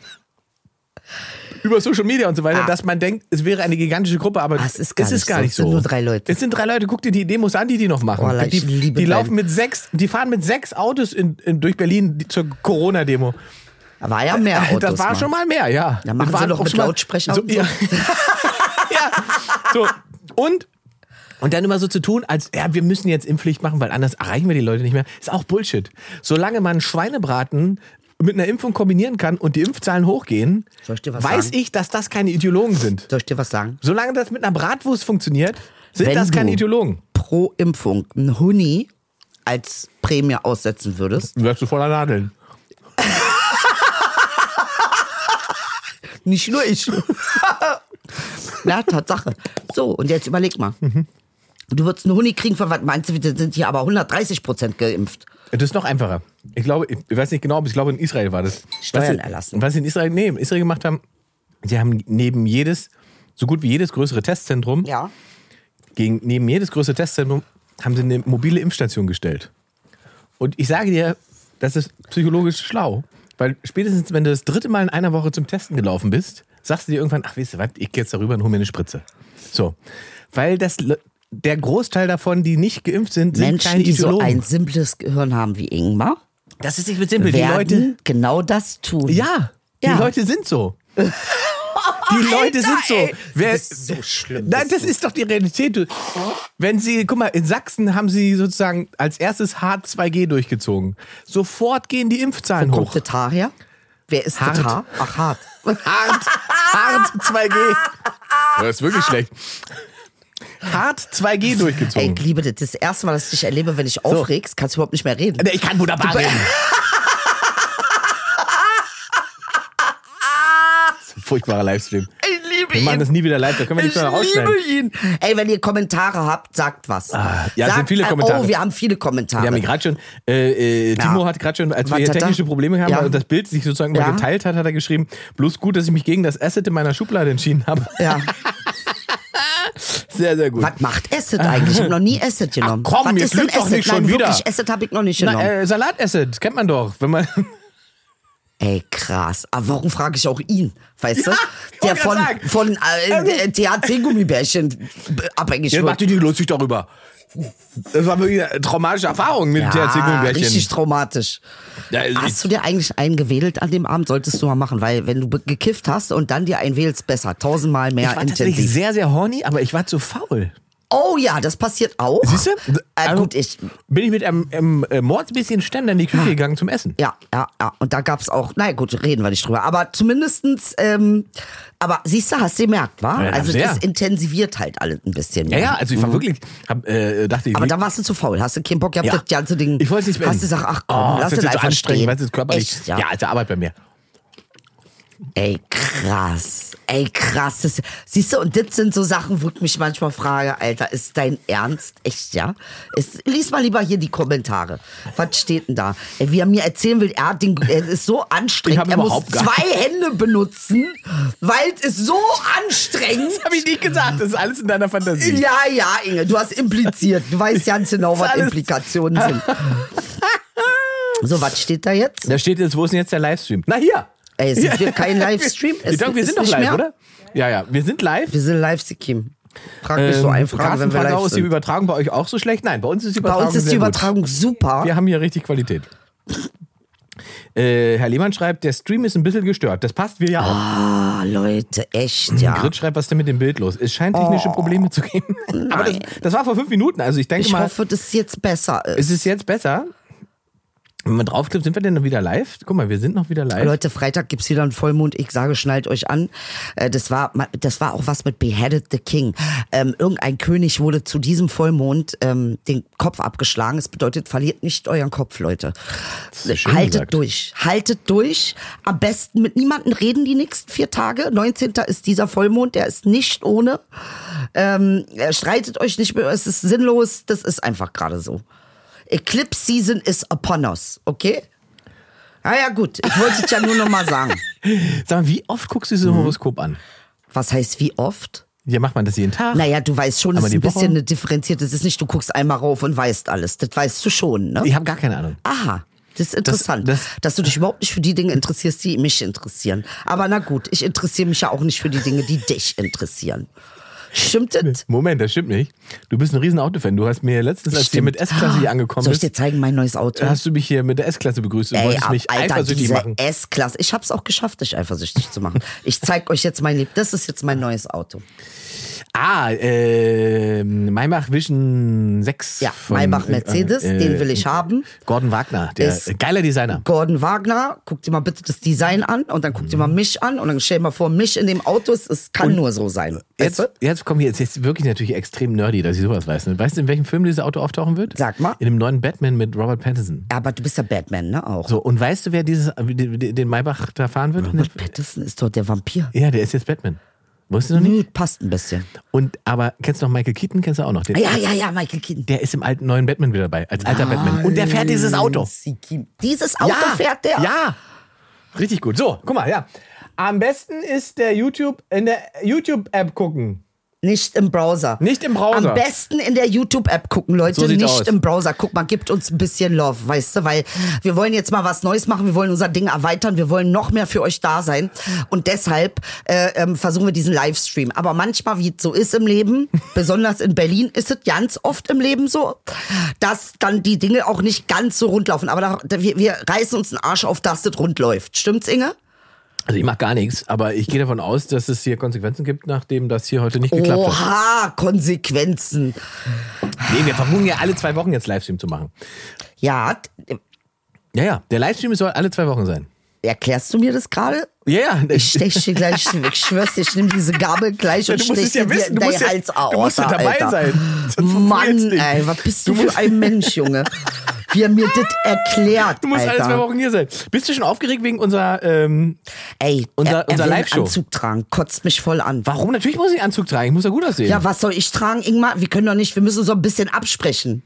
Speaker 2: über Social Media und so weiter,
Speaker 3: Ah.
Speaker 2: dass man denkt, es wäre eine gigantische Gruppe, aber
Speaker 3: Ah, es ist gar
Speaker 2: es
Speaker 3: nicht
Speaker 2: ist gar
Speaker 3: so.
Speaker 2: nicht
Speaker 3: Es sind
Speaker 2: so.
Speaker 3: nur drei Leute.
Speaker 2: Es sind drei Leute. Guck dir die Demos an, die die noch machen.
Speaker 3: Oh,
Speaker 2: die
Speaker 3: ich liebe
Speaker 2: die laufen
Speaker 3: Berlin.
Speaker 2: mit sechs, die fahren mit sechs Autos in, in, durch Berlin die- zur Corona-Demo.
Speaker 3: Da war ja mehr Autos.
Speaker 2: Das war
Speaker 3: mal.
Speaker 2: schon mal mehr, ja.
Speaker 3: Ja, machen
Speaker 2: Das
Speaker 3: sie
Speaker 2: waren
Speaker 3: doch
Speaker 2: auch
Speaker 3: mit
Speaker 2: schon mal-
Speaker 3: Lautsprecher
Speaker 2: so,
Speaker 3: und so.
Speaker 2: ja. Ja, so. Und, und dann immer so zu tun, als ja, wir müssen jetzt Impfpflicht machen, weil anders erreichen wir die Leute nicht mehr, ist auch Bullshit. Solange man Schweinebraten mit einer Impfung kombinieren kann und die Impfzahlen hochgehen,
Speaker 3: Soll ich dir was
Speaker 2: weiß
Speaker 3: sagen?
Speaker 2: ich, dass das keine Ideologen sind.
Speaker 3: Soll ich dir was sagen?
Speaker 2: Solange das mit einer Bratwurst funktioniert, sind
Speaker 3: Wenn
Speaker 2: das keine
Speaker 3: du
Speaker 2: Ideologen.
Speaker 3: pro Impfung einen Huni als Prämie aussetzen würdest,
Speaker 2: Du wärst du voller Nadeln.
Speaker 3: nicht nur ich. Ja, Tatsache. So, und jetzt überleg mal.
Speaker 2: Mhm.
Speaker 3: Du würdest einen Huni kriegen, für was meinst du, wir sind hier aber hundertdreißig Prozent geimpft.
Speaker 2: Das ist noch einfacher. Ich glaube, ich weiß nicht genau, aber ich glaube, in Israel war das.
Speaker 3: Steuern
Speaker 2: was,
Speaker 3: erlassen.
Speaker 2: Was sie in Israel, nee, in Israel gemacht haben, sie haben neben jedes, so gut wie jedes größere Testzentrum,
Speaker 3: Ja.
Speaker 2: gegen, neben jedes größere Testzentrum, haben sie eine mobile Impfstation gestellt. Und ich sage dir, das ist psychologisch schlau. Weil spätestens, wenn du das dritte Mal in einer Woche zum Testen gelaufen bist, sagst du dir irgendwann, ach, weißt du was, ich gehe jetzt darüber und hol mir eine Spritze. So. Weil das, der Großteil davon, die nicht geimpft sind, sind
Speaker 3: Menschen,
Speaker 2: keine
Speaker 3: die so
Speaker 2: Ideologen.
Speaker 3: ein simples Gehirn haben wie Ingmar,
Speaker 2: Das ist nicht mit simpel. Die
Speaker 3: werden
Speaker 2: Leute,
Speaker 3: genau das tun.
Speaker 2: ja, die
Speaker 3: Ja.
Speaker 2: Leute sind so. Die Leute sind so.
Speaker 3: ey.
Speaker 2: Wer,
Speaker 3: Das ist so schlimm,
Speaker 2: Nein,
Speaker 3: bist
Speaker 2: das
Speaker 3: du.
Speaker 2: ist doch die Realität. Du- Wenn sie, guck mal, in Sachsen haben sie sozusagen als erstes hart zwei G durchgezogen. Sofort gehen die Impfzahlen
Speaker 3: Kommt
Speaker 2: hoch.
Speaker 3: das Haar her? Wer ist
Speaker 2: Hart.
Speaker 3: das Haar? Ach, hart.
Speaker 2: Hart, hart zwei G. Das ist wirklich schlecht. Hart zwei G
Speaker 3: Ey,
Speaker 2: durchgezogen.
Speaker 3: ich liebe das. Das erste Mal, dass ich dich erlebe, wenn ich aufregst, kannst du überhaupt nicht mehr reden.
Speaker 2: Ich kann wunderbar reden. Das ist ein furchtbarer Livestream.
Speaker 3: Ich liebe
Speaker 2: Wir machen das nie wieder live, da können wir nichts mehr rausschneiden.
Speaker 3: ihn. Ey, wenn ihr Kommentare habt, sagt was.
Speaker 2: Ah, ja, es
Speaker 3: sagt,
Speaker 2: sind viele
Speaker 3: äh,
Speaker 2: Kommentare.
Speaker 3: Oh, wir haben viele Kommentare.
Speaker 2: Wir haben gerade schon, äh, äh, Timo
Speaker 3: Ja.
Speaker 2: hat gerade schon, als
Speaker 3: Was
Speaker 2: wir hier
Speaker 3: hat er?
Speaker 2: technische Probleme haben
Speaker 3: Ja.
Speaker 2: und das Bild sich sozusagen
Speaker 3: Ja.
Speaker 2: mal geteilt hat, hat er geschrieben, bloß gut, dass ich mich gegen das Asset in meiner Schublade entschieden habe.
Speaker 3: Ja.
Speaker 2: Sehr, sehr gut.
Speaker 3: Was macht Asset eigentlich? Ich habe noch nie Asset genommen.
Speaker 2: Ach komm,
Speaker 3: Was
Speaker 2: jetzt
Speaker 3: ist denn
Speaker 2: lüg doch
Speaker 3: Asset?
Speaker 2: nicht schon
Speaker 3: Nein,
Speaker 2: wieder.
Speaker 3: wirklich, Asset habe ich noch nicht genommen.
Speaker 2: Na, äh, Salat-Asset, kennt man doch. Wenn man
Speaker 3: Ey, krass. Aber warum frage ich auch ihn? Weißt du?
Speaker 2: wollte
Speaker 3: Der
Speaker 2: grad
Speaker 3: von,
Speaker 2: sagen.
Speaker 3: von äh, der T H C-Gummibärchen abhängig
Speaker 2: Jetzt
Speaker 3: wird.
Speaker 2: macht ihr nicht lustig darüber. Das war wirklich eine traumatische Erfahrung mit dem T H
Speaker 3: Ja,
Speaker 2: C-Gummibärchen.
Speaker 3: richtig traumatisch.
Speaker 2: Ja, also
Speaker 3: Hast du dir eigentlich einen gewählt an dem Abend? Solltest du mal machen, weil wenn du be- gekifft hast und dann dir einen wählst, besser. Tausendmal mehr
Speaker 2: ich war tatsächlich
Speaker 3: intensiv.
Speaker 2: sehr, sehr horny, aber ich war zu faul.
Speaker 3: Oh ja, das passiert auch.
Speaker 2: Siehst du?
Speaker 3: Äh,
Speaker 2: Also
Speaker 3: gut, ich...
Speaker 2: bin ich mit einem, einem äh, Mordsbisschen Ständer in die Küche gegangen zum Essen.
Speaker 3: Ja, ja, ja. Und da gab's auch, naja gut, reden wir nicht drüber. Aber zumindestens, ähm, aber siehst du, hast du gemerkt, wa?
Speaker 2: Ja,
Speaker 3: also
Speaker 2: sehr.
Speaker 3: das intensiviert halt alles ein bisschen.
Speaker 2: Ja, ja, also ich war wirklich, hab, äh, dachte ich,
Speaker 3: Aber
Speaker 2: wie-
Speaker 3: da warst du zu faul. Hast du keinen Bock gehabt,
Speaker 2: Ja.
Speaker 3: das ganze Ding.
Speaker 2: Ich wollte es nicht mehr.
Speaker 3: Hast du gesagt, ach komm,
Speaker 2: oh,
Speaker 3: lass
Speaker 2: das
Speaker 3: es
Speaker 2: ist so
Speaker 3: einfach
Speaker 2: anstrengend,
Speaker 3: stehen.
Speaker 2: weil es ist körperlich.
Speaker 3: Echt,
Speaker 2: ja.
Speaker 3: ja.
Speaker 2: ja, also Arbeit bei mir.
Speaker 3: Ey, krass. Ey, krass. Das, siehst du, und das sind so Sachen, wo ich mich manchmal frage, Alter, ist dein Ernst? Echt, ja? Ist, lies mal lieber hier die Kommentare. Was steht denn da? Ey, wie er mir erzählen will, er, hat den, er ist so
Speaker 2: Ich
Speaker 3: anstrengend.
Speaker 2: hab
Speaker 3: Er muss
Speaker 2: überhaupt gar-
Speaker 3: zwei Hände benutzen, weil es ist so anstrengend.
Speaker 2: Das habe ich nicht gesagt, das ist alles in deiner Fantasie.
Speaker 3: Ja, ja, Inge, du hast impliziert. Du weißt ganz genau, was
Speaker 2: alles-
Speaker 3: Implikationen sind. So, was steht da jetzt?
Speaker 2: Da steht jetzt, wo ist denn jetzt der Livestream? Na hier.
Speaker 3: Ey, sind wir kein Livestream?
Speaker 2: Ich
Speaker 3: Es
Speaker 2: denke, wir
Speaker 3: ist
Speaker 2: sind doch
Speaker 3: nicht
Speaker 2: live,
Speaker 3: mehr?
Speaker 2: oder? Ja, ja, wir sind live.
Speaker 3: Wir sind live, Sikim. Frag mich so eine Frage,
Speaker 2: Carsten
Speaker 3: wenn wir
Speaker 2: fragt auch,
Speaker 3: live
Speaker 2: ist die
Speaker 3: sind.
Speaker 2: Übertragung bei euch auch so schlecht? Nein, bei uns ist die
Speaker 3: Bei
Speaker 2: Übertragung
Speaker 3: uns ist die
Speaker 2: sehr
Speaker 3: Übertragung super.
Speaker 2: Gut. Wir haben hier richtig Qualität. Äh, Herr Lehmann schreibt, der Stream ist ein bisschen gestört. Das passt wir ja auch.
Speaker 3: Ah, Leute, echt, ja.
Speaker 2: Grit schreibt, was ist denn mit dem Bild los? Es scheint technische Probleme zu geben. Aber das, das war vor fünf Minuten. Also ich denke
Speaker 3: Ich
Speaker 2: mal,
Speaker 3: hoffe, dass es jetzt besser ist.
Speaker 2: ist es jetzt besser? Wenn man draufklickt, sind wir denn wieder live? Guck mal, wir sind noch wieder live.
Speaker 3: Leute, Freitag gibt's wieder einen Vollmond. Ich sage, schnallt euch an. Äh, Das war, das war auch was mit Beheaded the King. Ähm, irgendein König wurde zu diesem Vollmond ähm, den Kopf abgeschlagen. Das bedeutet, verliert nicht euren Kopf, Leute.
Speaker 2: ist schön
Speaker 3: Haltet
Speaker 2: gesagt.
Speaker 3: durch. Haltet durch. Am besten mit niemandem reden die nächsten vier Tage. neunzehnten ist dieser Vollmond. Der ist nicht ohne. Ähm, streitet euch nicht mehr. Es ist sinnlos. Das ist einfach gerade so. Eclipse Season is upon us, okay? Ah ja, gut. Ich wollte es ja nur noch mal sagen.
Speaker 2: Sag mal, wie oft guckst du
Speaker 3: Mhm.
Speaker 2: so ein Horoskop an?
Speaker 3: Was heißt wie oft?
Speaker 2: Ja, macht man das jeden Tag?
Speaker 3: Naja, du weißt schon, es
Speaker 2: Aber
Speaker 3: ist
Speaker 2: die
Speaker 3: ein bisschen
Speaker 2: Woche?
Speaker 3: eine differenzierte. Es ist nicht, du guckst einmal rauf und weißt alles. Das weißt du schon, ne?
Speaker 2: Ich habe gar keine Ahnung.
Speaker 3: Aha. Das ist interessant,
Speaker 2: das-
Speaker 3: dass du dich überhaupt nicht für die Dinge interessierst, die mich interessieren. Aber na gut, ich interessiere mich ja auch nicht für die Dinge, die dich interessieren. Stimmt das?
Speaker 2: Moment, das stimmt nicht. Du bist ein riesen Autofan. Du hast mir letztens, als du hier
Speaker 3: Stimmt.
Speaker 2: mit S-Klasse hier angekommen
Speaker 3: Soll ich dir
Speaker 2: bist,
Speaker 3: zeigen, mein neues Auto?
Speaker 2: hast du mich hier mit der S-Klasse begrüßt und wolltest mich
Speaker 3: Alter,
Speaker 2: eifersüchtig
Speaker 3: diese
Speaker 2: machen.
Speaker 3: S-Klasse. Ich hab's auch geschafft, dich eifersüchtig zu machen. Ich zeig euch jetzt mein Lieb. Das ist jetzt mein neues Auto.
Speaker 2: Ah, äh, Maybach Vision sechs.
Speaker 3: Ja,
Speaker 2: von,
Speaker 3: Maybach Mercedes,
Speaker 2: äh,
Speaker 3: den will ich haben.
Speaker 2: Gordon Wagner, der
Speaker 3: Ist-
Speaker 2: geiler Designer.
Speaker 3: Gordon Wagner, guck dir mal bitte das Design an und dann guck dir mal mich an und dann stell dir mal vor, mich in dem Auto, es- es kann nur so sein.
Speaker 2: Jetzt,
Speaker 3: Weißt du?
Speaker 2: jetzt komm jetzt, jetzt wirklich natürlich extrem nerdy, dass ich sowas weiß. Ne? Weißt du, in welchem Film dieses Auto auftauchen wird?
Speaker 3: Sag mal.
Speaker 2: In dem neuen Batman mit Robert Pattinson.
Speaker 3: Aber du bist ja Batman, ne, auch.
Speaker 2: So, und weißt du, wer dieses, den Maybach da fahren wird?
Speaker 3: Robert Pattinson ist doch der Vampir.
Speaker 2: Ja, der ist jetzt Batman. Wusstest du noch nicht?
Speaker 3: Nö, passt ein bisschen.
Speaker 2: Und, aber kennst du noch Michael Keaton? Kennst du auch noch? Den,
Speaker 3: Ja, ja, ja, Michael Keaton.
Speaker 2: Der ist im alten neuen Batman wieder dabei, als alter Batman. Und der fährt dieses Auto.
Speaker 3: Dieses Auto
Speaker 2: ja,
Speaker 3: fährt der?
Speaker 2: Ja. Richtig gut. So, guck mal, ja. Am besten ist der YouTube, in der YouTube-App gucken.
Speaker 3: Nicht im Browser.
Speaker 2: Nicht im Browser.
Speaker 3: Am besten in der YouTube-App gucken, Leute.
Speaker 2: So sieht's
Speaker 3: nicht
Speaker 2: aus.
Speaker 3: im Browser. Guck mal, gibt uns ein bisschen Love, weißt du? Weil wir wollen jetzt mal was Neues machen. Wir wollen unser Ding erweitern. Wir wollen noch mehr für euch da sein. Und deshalb äh, ähm, versuchen wir diesen Livestream. Aber manchmal, wie es so ist im Leben, besonders in Berlin, ist es ganz oft im Leben so, dass dann die Dinge auch nicht ganz so rund laufen. Aber da, da, wir, wir reißen uns den Arsch auf, dass das rund läuft. Stimmt's, Inge?
Speaker 2: Also ich mache gar nichts, aber ich gehe davon aus, dass es hier Konsequenzen gibt, nachdem das hier heute nicht geklappt hat.
Speaker 3: Oha, Konsequenzen.
Speaker 2: Nee, wir versuchen ja alle zwei Wochen jetzt Livestream zu machen.
Speaker 3: Ja,
Speaker 2: Ja, ja, der Livestream soll alle zwei Wochen sein.
Speaker 3: erklärst du mir das gerade?
Speaker 2: Ja, ja.
Speaker 3: Ich stech dir gleich, ich schwör's dir, ich nehm diese Gabel gleich und
Speaker 2: du musst
Speaker 3: stech
Speaker 2: es ja
Speaker 3: dir
Speaker 2: wissen,
Speaker 3: in
Speaker 2: du
Speaker 3: deinen
Speaker 2: musst ja,
Speaker 3: Hals aus.
Speaker 2: du musst ja dabei
Speaker 3: Alter.
Speaker 2: sein. Sonst funktioniert's
Speaker 3: Mann,
Speaker 2: nicht.
Speaker 3: ey, was bist du, für ein Mensch, Junge? Wie er mir das erklärt,
Speaker 2: Du musst
Speaker 3: Alter.
Speaker 2: alle zwei Wochen hier sein. Bist du schon aufgeregt wegen unserer, ähm,
Speaker 3: Ey,
Speaker 2: unser-
Speaker 3: er, er
Speaker 2: unser
Speaker 3: will einen
Speaker 2: Live-Show?
Speaker 3: Anzug tragen, kotzt mich voll an.
Speaker 2: warum? Natürlich muss ich Anzug tragen, ich muss ja gut aussehen.
Speaker 3: Ja, was soll ich tragen, Ingmar? Wir können doch nicht, wir müssen so ein bisschen absprechen.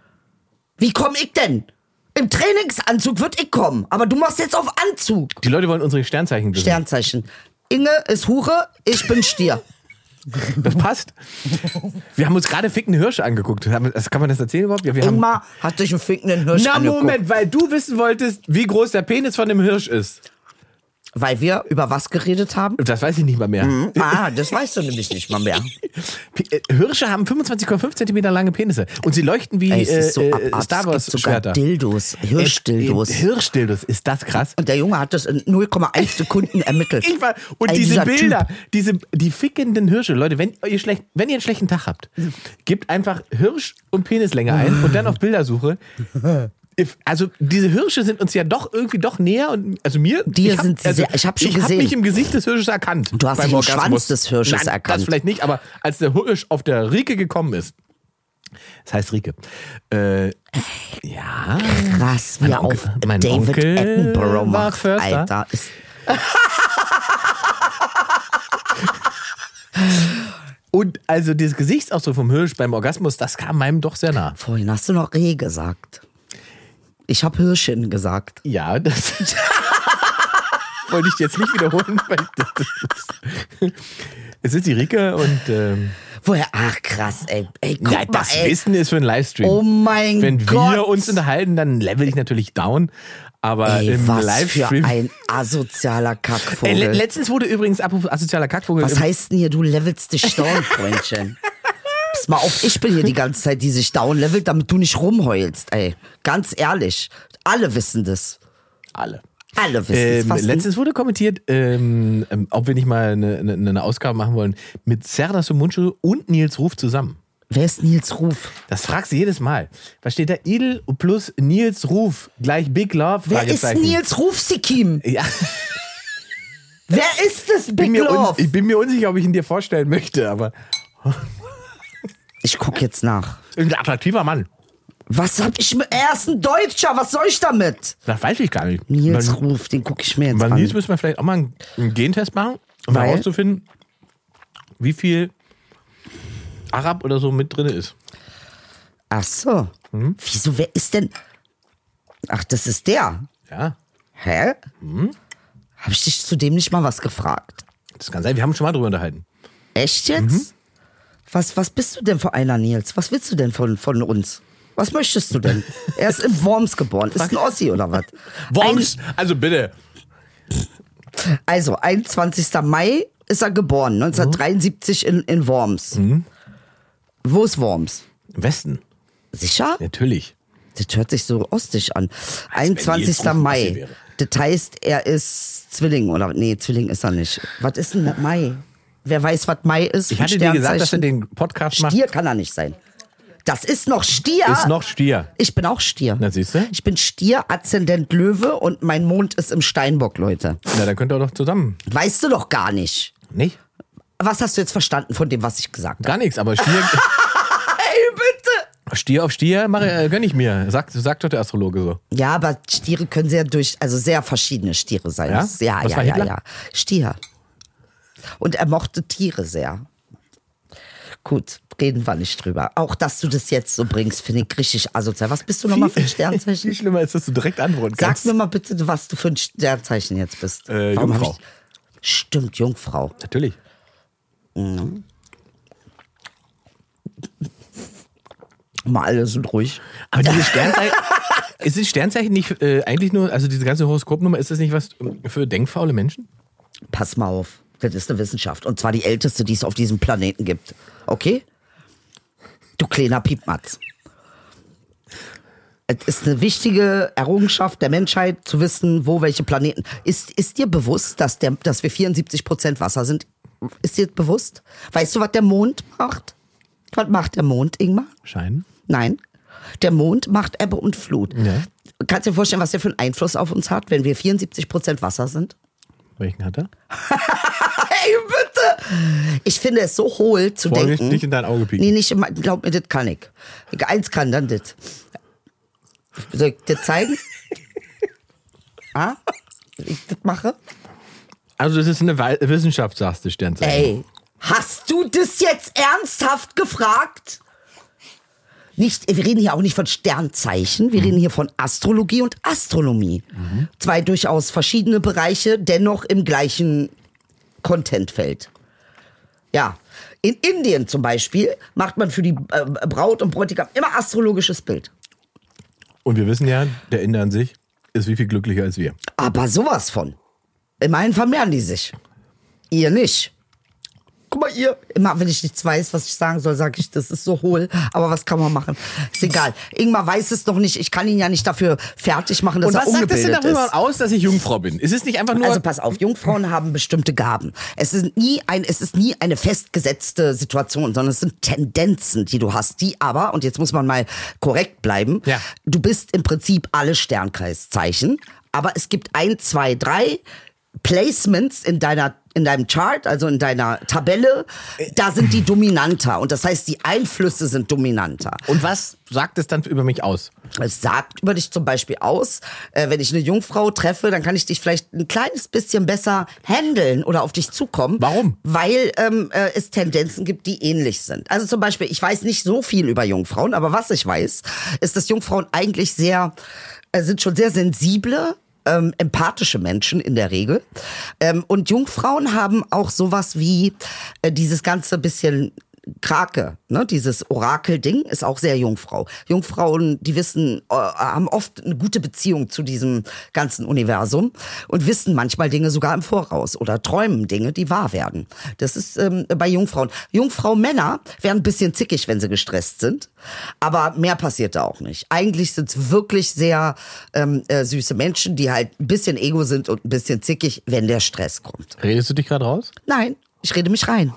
Speaker 3: Wie komm ich denn? Im Trainingsanzug würd ich kommen, aber du machst jetzt auf Anzug.
Speaker 2: Die Leute wollen unsere Sternzeichen wissen.
Speaker 3: Sternzeichen. Inge ist Hure, ich bin Stier.
Speaker 2: Das passt. Wir haben uns gerade fickende Hirsche angeguckt. Das, kann man das erzählen überhaupt? Ja, wir haben,
Speaker 3: Ingmar hat dich einen fickenden Hirsch
Speaker 2: na
Speaker 3: angeguckt.
Speaker 2: Moment, weil du wissen wolltest, wie groß der Penis von dem Hirsch ist.
Speaker 3: Weil wir über was geredet haben?
Speaker 2: Das weiß ich nicht mal mehr.
Speaker 3: Ah, das weißt du nämlich nicht mal mehr.
Speaker 2: P- äh, Hirsche haben fünfundzwanzig Komma fünf Zentimeter lange Penisse. Und sie leuchten wie
Speaker 3: Ey, es ist so
Speaker 2: äh,
Speaker 3: abartig.
Speaker 2: äh, Star
Speaker 3: Es
Speaker 2: Wars
Speaker 3: gibt sogar
Speaker 2: Schwerter.
Speaker 3: Dildos, Hirschdildos.
Speaker 2: Äh, äh, Hirschdildos, ist das krass?
Speaker 3: Und der Junge hat das in null Komma eins Sekunden ermittelt.
Speaker 2: Ich war, und
Speaker 3: Ey,
Speaker 2: diese
Speaker 3: dieser
Speaker 2: Bilder,
Speaker 3: Typ.
Speaker 2: diese, die fickenden Hirsche, Leute, wenn ihr, schlecht, wenn ihr einen schlechten Tag habt, gebt einfach Hirsch und Penislänge ein und dann auf Bildersuche. If- Also diese Hirsche sind uns ja doch irgendwie doch näher und also mir.
Speaker 3: Dir
Speaker 2: ich hab,
Speaker 3: sind sie
Speaker 2: also,
Speaker 3: sehr- ich hab schon
Speaker 2: ich
Speaker 3: gesehen.
Speaker 2: mich im Gesicht des Hirsches erkannt.
Speaker 3: Du hast
Speaker 2: beim
Speaker 3: dich im
Speaker 2: Orgasmus.
Speaker 3: Schwanz des Hirsches
Speaker 2: Nein,
Speaker 3: erkannt.
Speaker 2: Das vielleicht nicht, aber als der Hirsch auf der Rike gekommen ist. Das heißt Rike. Äh, ja.
Speaker 3: Krass, wie
Speaker 2: Mein
Speaker 3: er
Speaker 2: Onkel-
Speaker 3: auf
Speaker 2: mein
Speaker 3: David
Speaker 2: Onkel
Speaker 3: Attenborough
Speaker 2: war
Speaker 3: macht.
Speaker 2: Förster.
Speaker 3: Alter, ist
Speaker 2: Und also dieses Gesichtsausdruck vom Hirsch beim Orgasmus, das kam meinem doch sehr nah.
Speaker 3: Vorhin hast du noch Reh gesagt. Ich habe Hirschin gesagt.
Speaker 2: Ja, das wollte ich jetzt nicht wiederholen, weil das, es ist die Rike und ähm,
Speaker 3: Woher? Ach krass, ey. Ey, guck
Speaker 2: ja,
Speaker 3: mal,
Speaker 2: das
Speaker 3: ey.
Speaker 2: Wissen ist für einen Livestream.
Speaker 3: Oh mein
Speaker 2: Wenn
Speaker 3: Gott.
Speaker 2: wir uns unterhalten, dann level ich natürlich down. Aber
Speaker 3: Ey,
Speaker 2: im
Speaker 3: was für
Speaker 2: Livestream.
Speaker 3: ein asozialer Kackvogel.
Speaker 2: Ey, le- letztens wurde übrigens apropos asozialer Kackvogel.
Speaker 3: Was
Speaker 2: im-
Speaker 3: heißt denn hier, du levelst dich down, Freundchen? Pass mal auf, ich bin hier die ganze Zeit, die sich down levelt, damit du nicht rumheulst, ey. Ganz ehrlich. Alle wissen das.
Speaker 2: alle.
Speaker 3: Alle wissen es.
Speaker 2: Ähm,
Speaker 3: Was
Speaker 2: letztens wurde kommentiert, ähm, ähm, ob wir nicht mal eine, eine, eine Ausgabe machen wollen mit Serdar Somuncu und Nils Ruf zusammen.
Speaker 3: Wer ist Nils Ruf?
Speaker 2: Das fragst du jedes Mal. Was steht da? Idel plus Nils Ruf gleich Big Love?
Speaker 3: Wer ist
Speaker 2: Fragezeichen.
Speaker 3: Nils Ruf, Sikim?
Speaker 2: Ja,
Speaker 3: Wer ist das, Big
Speaker 2: bin mir un-
Speaker 3: Love?
Speaker 2: ich bin mir unsicher, ob ich ihn dir vorstellen möchte, aber
Speaker 3: Ich guck jetzt nach.
Speaker 2: ein attraktiver Mann.
Speaker 3: Was hab ich mit? Er ist ein Deutscher, was soll ich damit?
Speaker 2: Das weiß ich gar nicht.
Speaker 3: Nils
Speaker 2: Bei-
Speaker 3: Ruf, den guck ich mir jetzt
Speaker 2: Bei
Speaker 3: an.
Speaker 2: Nils müssen wir vielleicht auch mal einen, einen Gentest machen, um
Speaker 3: Weil?
Speaker 2: herauszufinden, wie viel Arab oder so mit drin ist.
Speaker 3: Ach so.
Speaker 2: Hm?
Speaker 3: Wieso, wer ist denn? Ach, das ist der.
Speaker 2: Ja,
Speaker 3: Hä?
Speaker 2: Hm?
Speaker 3: Hab ich dich zu dem nicht mal was gefragt?
Speaker 2: das kann sein. Wir haben uns schon mal drüber unterhalten.
Speaker 3: Echt jetzt?
Speaker 2: Mhm.
Speaker 3: Was, was bist du denn für einer, Nils? Was willst du denn von, von uns? Was möchtest du denn? Er ist in Worms geboren. Ist ein Ossi oder was?
Speaker 2: Worms, also bitte.
Speaker 3: Ein, also, einundzwanzigster Mai ist er geboren, neunzehnhundertdreiundsiebzig in, in Worms.
Speaker 2: Mhm.
Speaker 3: Wo ist Worms?
Speaker 2: Im Westen,
Speaker 3: Sicher?
Speaker 2: natürlich.
Speaker 3: Das hört sich so ostig an.
Speaker 2: Nils
Speaker 3: einundzwanzigster
Speaker 2: Ruf ein Ossi
Speaker 3: Mai.
Speaker 2: wäre.
Speaker 3: Das heißt, er ist Zwilling oder nee, Zwilling ist er nicht. Was ist denn Mai? Wer weiß, was Mai ist.
Speaker 2: Ich
Speaker 3: für
Speaker 2: hatte dir gesagt, dass er
Speaker 3: Sternzeichen.
Speaker 2: den Podcast macht.
Speaker 3: Stier kann er nicht sein. Das ist noch Stier.
Speaker 2: Ist noch Stier.
Speaker 3: Ich bin auch Stier.
Speaker 2: Na, siehst du?
Speaker 3: Ich bin Stier, Aszendent Löwe und mein Mond ist im Steinbock, Leute.
Speaker 2: Na, dann könnt ihr doch zusammen.
Speaker 3: Weißt du doch gar nicht.
Speaker 2: Nicht?
Speaker 3: Was hast du jetzt verstanden von dem, was ich gesagt habe?
Speaker 2: Gar nichts, aber Stier,
Speaker 3: Ey, bitte!
Speaker 2: Stier auf Stier mache, äh, gönn ich mir. Sagt, sagt doch der Astrologe so.
Speaker 3: Ja, aber Stiere können sehr durch, also sehr verschiedene Stiere sein.
Speaker 2: Ja?
Speaker 3: Das- Ja,
Speaker 2: Was
Speaker 3: ja,
Speaker 2: war
Speaker 3: ja,
Speaker 2: Hitler?
Speaker 3: ja. Stier. Und er mochte Tiere sehr. Gut, reden wir nicht drüber. Auch, dass du das jetzt so bringst, finde ich richtig asozial. Was bist du nochmal für ein Sternzeichen?
Speaker 2: Viel schlimmer ist, dass du direkt antworten
Speaker 3: Sag
Speaker 2: kannst.
Speaker 3: mir mal bitte, was du für ein Sternzeichen jetzt bist.
Speaker 2: Äh,
Speaker 3: Warum hab
Speaker 2: Jungfrau.
Speaker 3: Ich... Stimmt, Jungfrau.
Speaker 2: Natürlich.
Speaker 3: Mal alle sind ruhig.
Speaker 2: Aber diese Sternzeichen, ist das Sternzeichen nicht äh, eigentlich nur, also diese ganze Horoskopnummer, ist das nicht was für denkfaule Menschen?
Speaker 3: Pass mal auf, das ist eine Wissenschaft. Und zwar die älteste, die es auf diesem Planeten gibt. Okay? Du kleiner Piepmatz. Es ist eine wichtige Errungenschaft der Menschheit, zu wissen, wo welche Planeten. Ist, ist dir bewusst, dass, der, dass wir vierundsiebzig Prozent Wasser sind? Ist dir bewusst? Weißt du, was der Mond macht? Was macht der Mond, Ingmar?
Speaker 2: Scheinen.
Speaker 3: Nein. Der Mond macht Ebbe und Flut.
Speaker 2: Ja.
Speaker 3: Kannst du dir vorstellen, was der für einen Einfluss auf uns hat, wenn wir vierundsiebzig Prozent Wasser sind?
Speaker 2: Welchen hat er?
Speaker 3: Hey, bitte! Ich finde es so hohl zu
Speaker 2: Vorsicht,
Speaker 3: denken.
Speaker 2: nicht in dein Auge pieken.
Speaker 3: Nee, nicht immer. Glaub mir, das kann ich. Ich eins kann, dann das. Soll ich dir zeigen? ah? Wie ich das mache?
Speaker 2: Also das ist eine Wei- Wissenschaft, sagst du, Sternzeichen.
Speaker 3: Ey, hast du das jetzt ernsthaft gefragt? Nicht, wir reden hier auch nicht von Sternzeichen, wir
Speaker 2: Mhm.
Speaker 3: reden hier von Astrologie und Astronomie.
Speaker 2: Mhm.
Speaker 3: Zwei durchaus verschiedene Bereiche, dennoch im gleichen Contentfeld. Ja, in Indien zum Beispiel macht man für die äh, Braut und Bräutigam immer astrologisches Bild.
Speaker 2: Und wir wissen ja, der Inder an sich ist wie viel glücklicher als wir.
Speaker 3: Aber sowas von. Immerhin vermehren die sich. Ihr nicht. Guck mal, ihr. Immer, wenn ich nichts weiß, was ich sagen soll, sage ich, das ist so hohl. Aber was kann man machen? Ist egal. Ingmar weiß es noch nicht. Ich kann ihn ja nicht dafür fertig machen, dass
Speaker 2: Und
Speaker 3: er
Speaker 2: was sagt das denn
Speaker 3: ungebildet
Speaker 2: darüber
Speaker 3: ist.
Speaker 2: aus, dass ich Jungfrau bin? Ist es nicht einfach nur...
Speaker 3: Also pass auf, Jungfrauen haben bestimmte Gaben. Es ist nie ein, es ist nie eine festgesetzte Situation, sondern es sind Tendenzen, die du hast, die aber, und jetzt muss man mal korrekt bleiben,
Speaker 2: Ja.
Speaker 3: du bist im Prinzip alle Sternkreiszeichen, aber es gibt ein, zwei, drei Placements in deiner in deinem Chart, also in deiner Tabelle, da sind die dominanter. Und das heißt, die Einflüsse sind dominanter.
Speaker 2: Und was sagt es dann über mich aus?
Speaker 3: Es sagt über dich zum Beispiel aus, äh, wenn ich eine Jungfrau treffe, dann kann ich dich vielleicht ein kleines bisschen besser handeln oder auf dich zukommen.
Speaker 2: Warum?
Speaker 3: Weil ähm, äh, es Tendenzen gibt, die ähnlich sind. Also zum Beispiel, ich weiß nicht so viel über Jungfrauen, aber was ich weiß, ist, dass Jungfrauen eigentlich sehr, äh, sind schon sehr sensible, Ähm, empathische Menschen in der Regel. Ähm, und Jungfrauen haben auch sowas wie äh, dieses ganze bisschen Krake, ne? Dieses Orakel-Ding ist auch sehr Jungfrau. Jungfrauen, die wissen, äh, haben oft eine gute Beziehung zu diesem ganzen Universum und wissen manchmal Dinge sogar im Voraus oder träumen Dinge, die wahr werden. Das ist ähm, bei Jungfrauen. Jungfrau-Männer werden ein bisschen zickig, wenn sie gestresst sind, aber mehr passiert da auch nicht. Eigentlich sind es wirklich sehr ähm, äh, süße Menschen, die halt ein bisschen ego sind und ein bisschen zickig, wenn der Stress kommt.
Speaker 2: Redest du dich gerade raus?
Speaker 3: Nein, ich rede mich rein.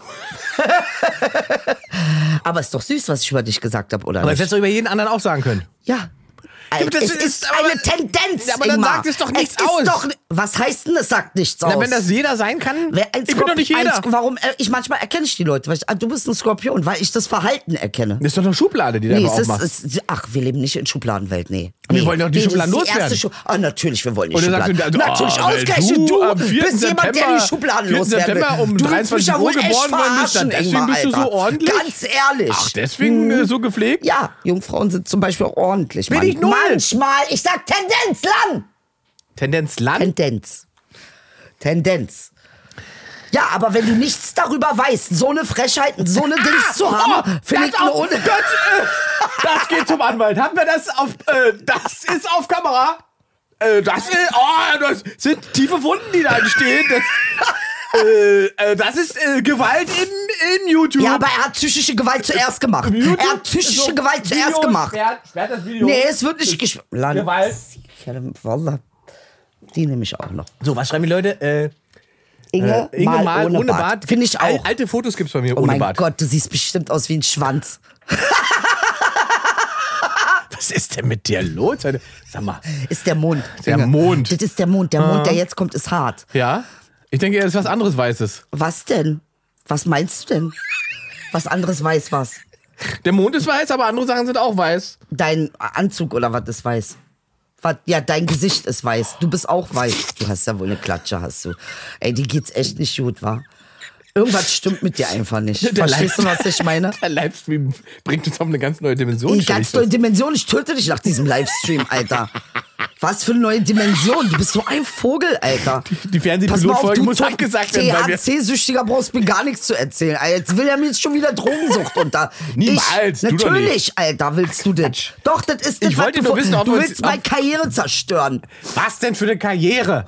Speaker 3: Aber ist doch süß, was ich über dich gesagt habe, oder
Speaker 2: Aber das
Speaker 3: nicht?
Speaker 2: hättest du über jeden anderen auch sagen können.
Speaker 3: Ja.
Speaker 2: Ja, das
Speaker 3: es
Speaker 2: ist
Speaker 3: ist
Speaker 2: aber-
Speaker 3: eine Tendenz,
Speaker 2: Ja, aber dann
Speaker 3: Ingmar.
Speaker 2: sagt es doch nichts
Speaker 3: es ist
Speaker 2: aus.
Speaker 3: Doch, was heißt denn, es sagt nichts aus?
Speaker 2: Na, wenn das jeder sein kann,
Speaker 3: Wer- ein
Speaker 2: ich bin doch nicht
Speaker 3: Skorp-
Speaker 2: jeder.
Speaker 3: ein- Warum? äh, Ich, manchmal erkenne ich die Leute. Weil ich, ah, du bist ein Skorpion, weil ich das Verhalten erkenne.
Speaker 2: Das ist doch eine Schublade, die du
Speaker 3: Nee,
Speaker 2: einfach
Speaker 3: es ist,
Speaker 2: aufmachst.
Speaker 3: es, ach, wir leben nicht in Schubladenwelt, nee.
Speaker 2: Wir
Speaker 3: nee.
Speaker 2: wollen doch die
Speaker 3: nee, das
Speaker 2: Schubladen
Speaker 3: ist die
Speaker 2: loswerden.
Speaker 3: erste Schu ah, natürlich, wir wollen die
Speaker 2: Und dann
Speaker 3: Schubladen.
Speaker 2: sagst du, ah,
Speaker 3: natürlich,
Speaker 2: weil
Speaker 3: ausgerechnet
Speaker 2: du
Speaker 3: du,
Speaker 2: am vierten
Speaker 3: bist jemand, der
Speaker 2: September-
Speaker 3: die Schubladen
Speaker 2: vierten
Speaker 3: loswerden will.
Speaker 2: September um
Speaker 3: du willst mich
Speaker 2: dreiundzwanzig
Speaker 3: ja
Speaker 2: Uhr
Speaker 3: wohl echt
Speaker 2: geboren worden bist,
Speaker 3: verarschen,
Speaker 2: deswegen
Speaker 3: Ingmar,
Speaker 2: bist du so
Speaker 3: Alter.
Speaker 2: ordentlich?
Speaker 3: Ganz ehrlich.
Speaker 2: Ach, deswegen äh, so gepflegt?
Speaker 3: Ja, Jungfrauen sind zum Beispiel auch ordentlich.
Speaker 2: Bin
Speaker 3: Mann.
Speaker 2: ich null.
Speaker 3: Manchmal, ich sag Tendenz, Lang.
Speaker 2: Tendenz Land?
Speaker 3: Tendenz. Tendenz. Ja, aber wenn du nichts darüber weißt, so eine Frechheit, so eine Dings zu haben, finde ich
Speaker 2: das,
Speaker 3: eine
Speaker 2: auch,
Speaker 3: Un-
Speaker 2: das, äh, das geht zum Anwalt. Haben wir das auf, äh, das ist auf Kamera? Äh, das, ist, oh, das sind tiefe Wunden, die da entstehen. Das, äh, äh, das ist äh, Gewalt in, in YouTube.
Speaker 3: Ja, aber er hat psychische Gewalt zuerst gemacht.
Speaker 2: YouTube?
Speaker 3: Er hat psychische
Speaker 2: So,
Speaker 3: Gewalt zuerst
Speaker 2: Video,
Speaker 3: gemacht.
Speaker 2: Sperrt, sperrt das Video.
Speaker 3: Nee, es wird nicht gespielt.
Speaker 2: Gewalt.
Speaker 3: Die nehme ich auch noch.
Speaker 2: So, was schreiben die Leute? Äh,
Speaker 3: Inge,
Speaker 2: Äh, Inge
Speaker 3: mal,
Speaker 2: mal
Speaker 3: ohne,
Speaker 2: ohne
Speaker 3: Bart.
Speaker 2: Bart.
Speaker 3: Finde ich
Speaker 2: Al-
Speaker 3: auch.
Speaker 2: Alte Fotos gibt's bei mir
Speaker 3: Oh
Speaker 2: ohne
Speaker 3: mein
Speaker 2: Bart.
Speaker 3: Gott, du siehst bestimmt aus wie ein Schwanz.
Speaker 2: Was ist denn mit dir los heute? Sag mal.
Speaker 3: Ist der Mond.
Speaker 2: Der
Speaker 3: Inge.
Speaker 2: Mond.
Speaker 3: Das ist der Mond. Der Mond, der jetzt kommt, ist hart.
Speaker 2: Ja? Ich denke, er ist was anderes Weißes.
Speaker 3: Was denn? Was meinst du denn? Was anderes weiß was?
Speaker 2: Der Mond ist weiß, aber andere Sachen sind auch weiß.
Speaker 3: Dein Anzug oder was ist weiß? Was? Ja, dein Gesicht ist weiß. Du bist auch weiß. Du hast ja wohl eine Klatsche, hast du. Ey, dir geht's echt nicht gut, wa? Irgendwas stimmt mit dir einfach nicht.
Speaker 2: Der
Speaker 3: Verstehst du,
Speaker 2: Live-
Speaker 3: was ich meine?
Speaker 2: Der Livestream bringt uns auf eine ganz neue Dimension.
Speaker 3: Die
Speaker 2: stell
Speaker 3: ganz
Speaker 2: ich
Speaker 3: neue
Speaker 2: fest.
Speaker 3: Dimension. Ich töte dich nach diesem Livestream, Alter. Was für eine neue Dimension. Du bist so ein Vogel, Alter.
Speaker 2: Die Fernsehpilotfolge muss abgesagt werden, weil
Speaker 3: T
Speaker 2: wir-
Speaker 3: H C-Süchtiger brauchst mir gar nichts zu erzählen. Alter, jetzt will er mir jetzt schon wieder Drogensucht unter.
Speaker 2: Niemals,
Speaker 3: Ich,
Speaker 2: du doch
Speaker 3: natürlich, Alter, willst du das. Doch, das ist das,
Speaker 2: Ich
Speaker 3: was
Speaker 2: wollte
Speaker 3: du
Speaker 2: nur wissen, ob
Speaker 3: Du
Speaker 2: wir
Speaker 3: willst
Speaker 2: uns-
Speaker 3: meine
Speaker 2: ob-
Speaker 3: Karriere zerstören.
Speaker 2: Was denn für eine Karriere?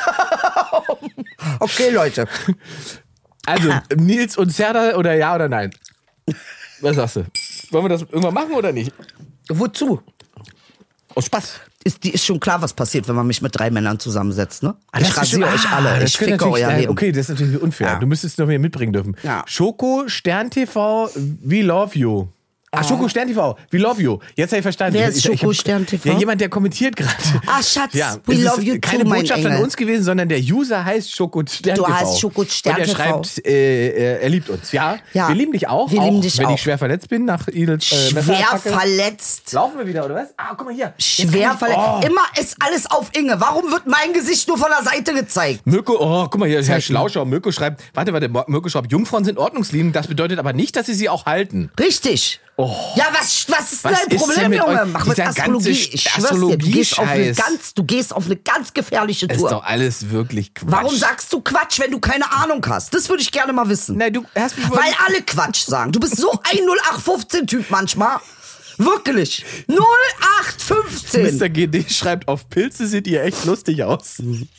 Speaker 3: Okay, Leute.
Speaker 2: Also, Nils und Serdar oder ja oder nein? Was sagst du? Wollen wir das irgendwann machen oder nicht?
Speaker 3: Wozu?
Speaker 2: Aus Spaß.
Speaker 3: Ist, die ist schon klar, was passiert, wenn man mich mit drei Männern zusammensetzt, ne?
Speaker 2: Ah,
Speaker 3: Ich
Speaker 2: das ist
Speaker 3: rasiere
Speaker 2: schon-
Speaker 3: euch
Speaker 2: ah,
Speaker 3: alle.
Speaker 2: das
Speaker 3: Ich
Speaker 2: könnte
Speaker 3: ficke
Speaker 2: natürlich
Speaker 3: euer
Speaker 2: sein.
Speaker 3: Leben.
Speaker 2: Okay, das ist natürlich unfair.
Speaker 3: Ja.
Speaker 2: Du müsstest es noch mehr mitbringen dürfen.
Speaker 3: Ja.
Speaker 2: Schoko, Stern T V, We Love You. Ach, Schoko, Stern T V, We Love You. Jetzt habe ich verstanden.
Speaker 3: Wer ist
Speaker 2: Ich- ich hab-
Speaker 3: Schoko, Stern T V?
Speaker 2: Ja, jemand, der kommentiert gerade.
Speaker 3: Ah, Schatz,
Speaker 2: ja,
Speaker 3: we
Speaker 2: es
Speaker 3: love
Speaker 2: ist
Speaker 3: you
Speaker 2: keine
Speaker 3: too, mein
Speaker 2: Botschaft an
Speaker 3: Engel.
Speaker 2: uns gewesen, sondern der User heißt Schoko Stern
Speaker 3: Du
Speaker 2: T V.
Speaker 3: heißt Schoko Stern
Speaker 2: Und er
Speaker 3: T V.
Speaker 2: schreibt, äh, äh, er liebt uns. Ja,
Speaker 3: Ja.
Speaker 2: wir lieben dich auch.
Speaker 3: Wir
Speaker 2: auch
Speaker 3: lieben dich
Speaker 2: wenn
Speaker 3: auch.
Speaker 2: ich schwer verletzt bin nach Idels äh,
Speaker 3: Schwer
Speaker 2: Messerattacke.
Speaker 3: verletzt.
Speaker 2: Laufen wir wieder, oder was? Ah, guck mal hier. Jetzt
Speaker 3: Schwer
Speaker 2: kann ich-
Speaker 3: verletzt.
Speaker 2: Oh.
Speaker 3: Immer ist alles auf Inge. Warum wird mein Gesicht nur von der Seite gezeigt?
Speaker 2: Mirko, oh, guck mal hier, Herr
Speaker 3: Zeig mal.
Speaker 2: Schlauschau. Mirko schreibt, warte, warte, Mirko schreibt, Jungfrauen sind ordnungsliebend, das bedeutet aber nicht, dass sie sie auch halten.
Speaker 3: Richtig. Ja, was, was ist
Speaker 2: Was
Speaker 3: dein
Speaker 2: ist denn
Speaker 3: Problem,
Speaker 2: mit
Speaker 3: Junge?
Speaker 2: euch?
Speaker 3: Mach mit
Speaker 2: Dieser
Speaker 3: Astrologie.
Speaker 2: ganze
Speaker 3: Ich schwör's dir, du gehst, auf eine
Speaker 2: Astrologie-Scheiß.
Speaker 3: ganz, du gehst auf eine ganz gefährliche
Speaker 2: Das ist
Speaker 3: Tour.
Speaker 2: doch alles wirklich Quatsch.
Speaker 3: Warum sagst du Quatsch, wenn du keine Ahnung hast? Das würde ich gerne mal wissen.
Speaker 2: Nein, du hast mich
Speaker 3: Weil alle Quatsch sagen. Du bist so ein null acht fünfzehn Typ manchmal. Wirklich. null acht fünfzehn.
Speaker 2: Mister G D schreibt, auf Pilze seht ihr echt lustig aus.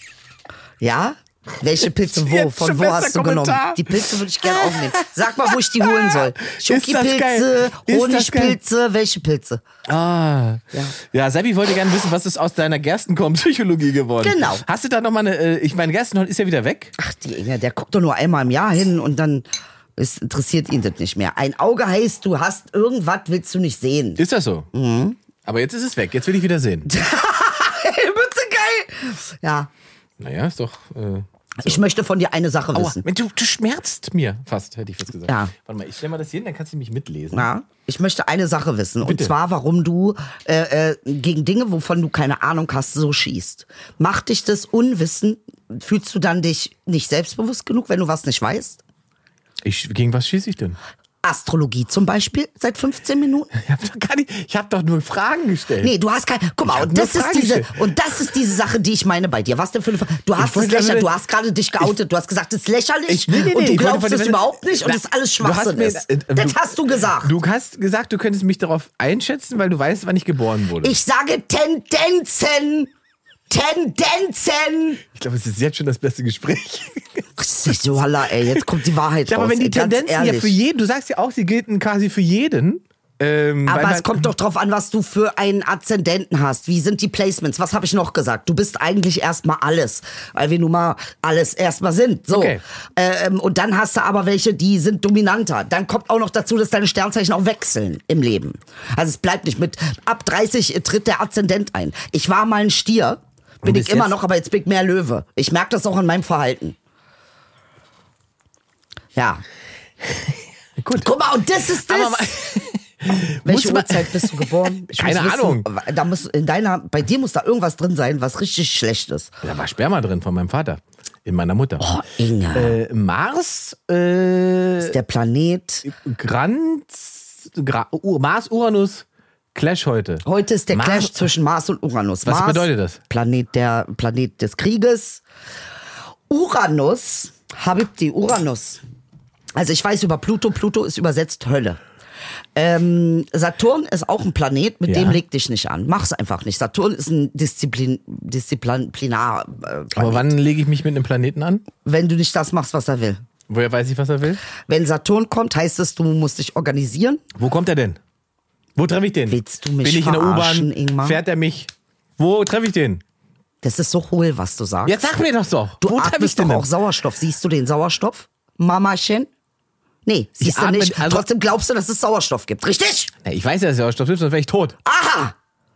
Speaker 3: Ja? Welche Pilze wo?
Speaker 2: Jetzt
Speaker 3: Von
Speaker 2: schon
Speaker 3: wo
Speaker 2: bester
Speaker 3: hast du
Speaker 2: Kommentar.
Speaker 3: genommen? Die Pilze würde ich gerne aufnehmen. Sag mal, wo ich die holen soll.
Speaker 2: Ist das
Speaker 3: Schoki-Pilze,
Speaker 2: geil? Ist das
Speaker 3: Honigpilze, welche Pilze?
Speaker 2: Ah. Ja, ja Sebi wollte gerne wissen, was ist aus deiner Gerstenkorn-Psychologie geworden?
Speaker 3: Genau.
Speaker 2: Hast du da nochmal eine, äh, ich meine, Gerstenkorn ist ja wieder weg.
Speaker 3: Ach, die Inge, der guckt doch nur einmal im Jahr hin und dann es interessiert ihn das nicht mehr. Ein Auge heißt, du hast irgendwas, willst du nicht sehen.
Speaker 2: Ist das so? Mhm. Aber jetzt ist es weg, jetzt will ich wieder sehen.
Speaker 3: Bitte geil. Ja,
Speaker 2: Naja, ist doch... Äh
Speaker 3: ich möchte von dir eine Sache
Speaker 2: Aua,
Speaker 3: wissen.
Speaker 2: du, du schmerzt mir fast, hätte ich fast gesagt.
Speaker 3: Ja.
Speaker 2: Warte mal, ich stell mal das hier hin, dann kannst du mich mitlesen.
Speaker 3: Ja, ich möchte eine Sache wissen.
Speaker 2: Bitte.
Speaker 3: Und zwar, warum du äh, äh, gegen Dinge, wovon du keine Ahnung hast, so schießt. Macht dich das Unwissen, fühlst du dann dich nicht selbstbewusst genug, wenn du was nicht weißt?
Speaker 2: Ich, gegen was schieße ich denn?
Speaker 3: Astrologie zum Beispiel, seit fünfzehn Minuten?
Speaker 2: Ich habe doch, gar nicht- ich hab doch nur Fragen gestellt.
Speaker 3: Nee, du hast kein. Guck mal,
Speaker 2: hab
Speaker 3: und
Speaker 2: nur
Speaker 3: das ist
Speaker 2: Fragen
Speaker 3: diese
Speaker 2: gestellt.
Speaker 3: und das ist diese Sache, die ich meine bei dir. Was denn für eine. Du hast es
Speaker 2: wollte
Speaker 3: lächerlich.
Speaker 2: damit-
Speaker 3: Du hast gerade dich geoutet. Du hast gesagt, es ist lächerlich.
Speaker 2: Ich- nee, nee, nee,
Speaker 3: und du
Speaker 2: ich wollte
Speaker 3: glaubst
Speaker 2: von
Speaker 3: es
Speaker 2: dir-
Speaker 3: überhaupt nicht und
Speaker 2: Na,
Speaker 3: es ist alles
Speaker 2: du hast
Speaker 3: Schwachsinn
Speaker 2: mir-
Speaker 3: ist.
Speaker 2: äh, äh,
Speaker 3: Das
Speaker 2: du-
Speaker 3: hast du gesagt.
Speaker 2: Du hast gesagt, du könntest mich darauf einschätzen, weil du weißt, wann ich geboren wurde.
Speaker 3: Ich sage Tendenzen. Tendenzen.
Speaker 2: Ich glaube, es ist jetzt schon das beste Gespräch.
Speaker 3: So, Halla, ey, jetzt kommt die Wahrheit
Speaker 2: Ja,
Speaker 3: raus.
Speaker 2: aber wenn die
Speaker 3: ey, ganz
Speaker 2: Tendenzen ja
Speaker 3: ehrlich.
Speaker 2: für jeden, du sagst ja auch, sie gelten quasi für jeden. Ähm, weil
Speaker 3: Aber
Speaker 2: man-
Speaker 3: es kommt doch drauf an, was du für einen Aszendenten hast. Wie sind die Placements? Was habe ich noch gesagt? Du bist eigentlich erstmal alles, weil wir nun mal alles erstmal sind. So.
Speaker 2: Okay.
Speaker 3: Ähm, und dann hast du aber welche, die sind dominanter. Dann kommt auch noch dazu, dass deine Sternzeichen auch wechseln im Leben. Also es bleibt nicht mit, ab dreißig tritt der Aszendent ein. Ich war mal ein Stier, bin
Speaker 2: Und
Speaker 3: ich
Speaker 2: bis
Speaker 3: immer
Speaker 2: jetzt?
Speaker 3: noch, aber jetzt bin ich mehr Löwe. Ich merke das auch an meinem Verhalten. Ja.
Speaker 2: Gut.
Speaker 3: Guck mal, und das ist das.
Speaker 2: Aber-
Speaker 3: Welche
Speaker 2: Muss man-
Speaker 3: Uhrzeit bist du geboren? Ich
Speaker 2: Keine
Speaker 3: muss
Speaker 2: Ahnung.
Speaker 3: Da muss in deiner, bei dir muss da irgendwas drin sein, was richtig schlecht ist.
Speaker 2: Da war Sperma drin von meinem Vater. In meiner Mutter.
Speaker 3: Oh, Inge.
Speaker 2: Äh, Mars, äh,
Speaker 3: Der Planet.
Speaker 2: Granz, Gra, U, Mars, Uranus, Clash heute.
Speaker 3: Heute ist der
Speaker 2: Mars-
Speaker 3: Clash zwischen Mars und Uranus.
Speaker 2: Was
Speaker 3: Mars,
Speaker 2: bedeutet das?
Speaker 3: Planet der Planet des Krieges. Uranus, Habibti, Uranus. Also ich weiß über Pluto. Pluto ist übersetzt Hölle. Ähm, Saturn ist auch ein Planet, mit
Speaker 2: Ja.
Speaker 3: dem leg dich nicht an. Mach's einfach nicht. Saturn ist ein Disziplin, Disziplinar. Äh, Planet.
Speaker 2: Aber wann lege ich mich mit einem Planeten an?
Speaker 3: Wenn du nicht das machst, was er will.
Speaker 2: Woher weiß ich, was er will?
Speaker 3: Wenn Saturn kommt, heißt es, du musst dich organisieren.
Speaker 2: Wo kommt er denn? Wo treffe ich den?
Speaker 3: Willst du mich
Speaker 2: Bin ich in der
Speaker 3: verarschen,
Speaker 2: U-Bahn?
Speaker 3: Ingmar?
Speaker 2: Fährt er mich? Wo treffe ich den?
Speaker 3: Das ist so hohl, was du sagst.
Speaker 2: Jetzt sag mir doch doch.
Speaker 3: Du
Speaker 2: wo treffe ich
Speaker 3: atmest doch
Speaker 2: denn
Speaker 3: auch Sauerstoff. Siehst du den Sauerstoff, Mamachen? Nee, siehst du
Speaker 2: atme-
Speaker 3: nicht.
Speaker 2: also-
Speaker 3: Trotzdem glaubst du, dass es Sauerstoff gibt. Richtig?
Speaker 2: Ja, ich weiß ja, dass Sauerstoff ist, sonst wäre ich tot.
Speaker 3: Aha!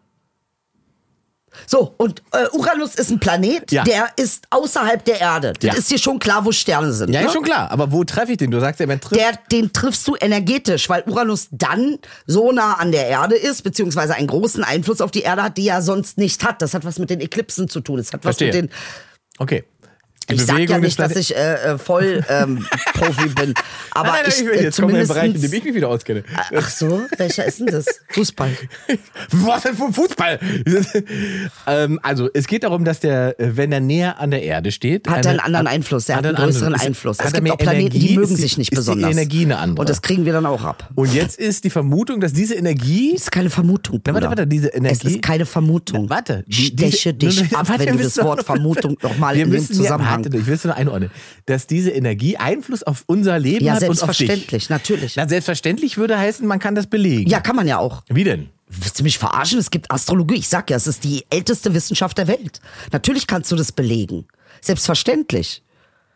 Speaker 3: So, und äh, Uranus ist ein Planet,
Speaker 2: Ja.
Speaker 3: der ist außerhalb der Erde. Das
Speaker 2: Ja.
Speaker 3: ist dir schon klar, wo Sterne sind.
Speaker 2: Ja,
Speaker 3: ne?
Speaker 2: ist schon klar. Aber wo treffe ich den? Du sagst ja, man trifft.
Speaker 3: Der, den triffst du energetisch, weil Uranus dann so nah an der Erde ist, beziehungsweise einen großen Einfluss auf die Erde hat, die er sonst nicht hat. Das hat was mit den Eklipsen zu tun. Das hat was
Speaker 2: Verstehe.
Speaker 3: mit den...
Speaker 2: Okay. Die
Speaker 3: Ich sag ja
Speaker 2: Bewegung des
Speaker 3: nicht, dass
Speaker 2: Plane-
Speaker 3: ich äh, äh, voll ähm, Profi bin, aber
Speaker 2: nein, nein,
Speaker 3: ich,
Speaker 2: ich
Speaker 3: äh,
Speaker 2: jetzt kommen wir in den Bereich, in
Speaker 3: zumindest...
Speaker 2: dem ich mich wieder auskenne.
Speaker 3: Ach so, welcher ist denn das? Fußball.
Speaker 2: Was denn für Fußball? ähm, also, es geht darum, dass der, äh, wenn er näher an der Erde steht.
Speaker 3: Hat
Speaker 2: eine-
Speaker 3: er einen anderen Einfluss, er hat einen
Speaker 2: einen
Speaker 3: größeren
Speaker 2: anderen-
Speaker 3: Einfluss.
Speaker 2: hat
Speaker 3: Es
Speaker 2: er
Speaker 3: gibt
Speaker 2: mehr
Speaker 3: auch Planeten, die
Speaker 2: Energie?
Speaker 3: mögen
Speaker 2: Ist die-
Speaker 3: sich nicht
Speaker 2: ist
Speaker 3: besonders.
Speaker 2: Die Energie eine andere.
Speaker 3: Und das kriegen wir dann auch ab.
Speaker 2: Und jetzt ist die Vermutung, dass diese Energie.
Speaker 3: Das ist keine Vermutung,
Speaker 2: Na, warte,
Speaker 3: Bruder.
Speaker 2: warte, diese Energie.
Speaker 3: Es ist keine Vermutung.
Speaker 2: Na, warte.
Speaker 3: Ich
Speaker 2: die- diese-
Speaker 3: steche dich
Speaker 2: Nur-
Speaker 3: ab,
Speaker 2: warte,
Speaker 3: wenn
Speaker 2: wir
Speaker 3: du das
Speaker 2: müssen
Speaker 3: Wort
Speaker 2: noch-
Speaker 3: Vermutung nochmal
Speaker 2: Wir
Speaker 3: in dem
Speaker 2: müssen
Speaker 3: Zusammenhang...
Speaker 2: Ja, warte, ich will es nur einordnen. Dass diese Energie Einfluss auf unser Leben
Speaker 3: Ja,
Speaker 2: hat und auf dich.
Speaker 3: selbstverständlich, natürlich.
Speaker 2: Na, selbstverständlich würde heißen, man kann das belegen.
Speaker 3: Ja, kann man ja auch.
Speaker 2: Wie denn?
Speaker 3: Willst du mich verarschen? Es gibt Astrologie. Ich sag ja, es ist die älteste Wissenschaft der Welt. Natürlich kannst du das belegen. Selbstverständlich.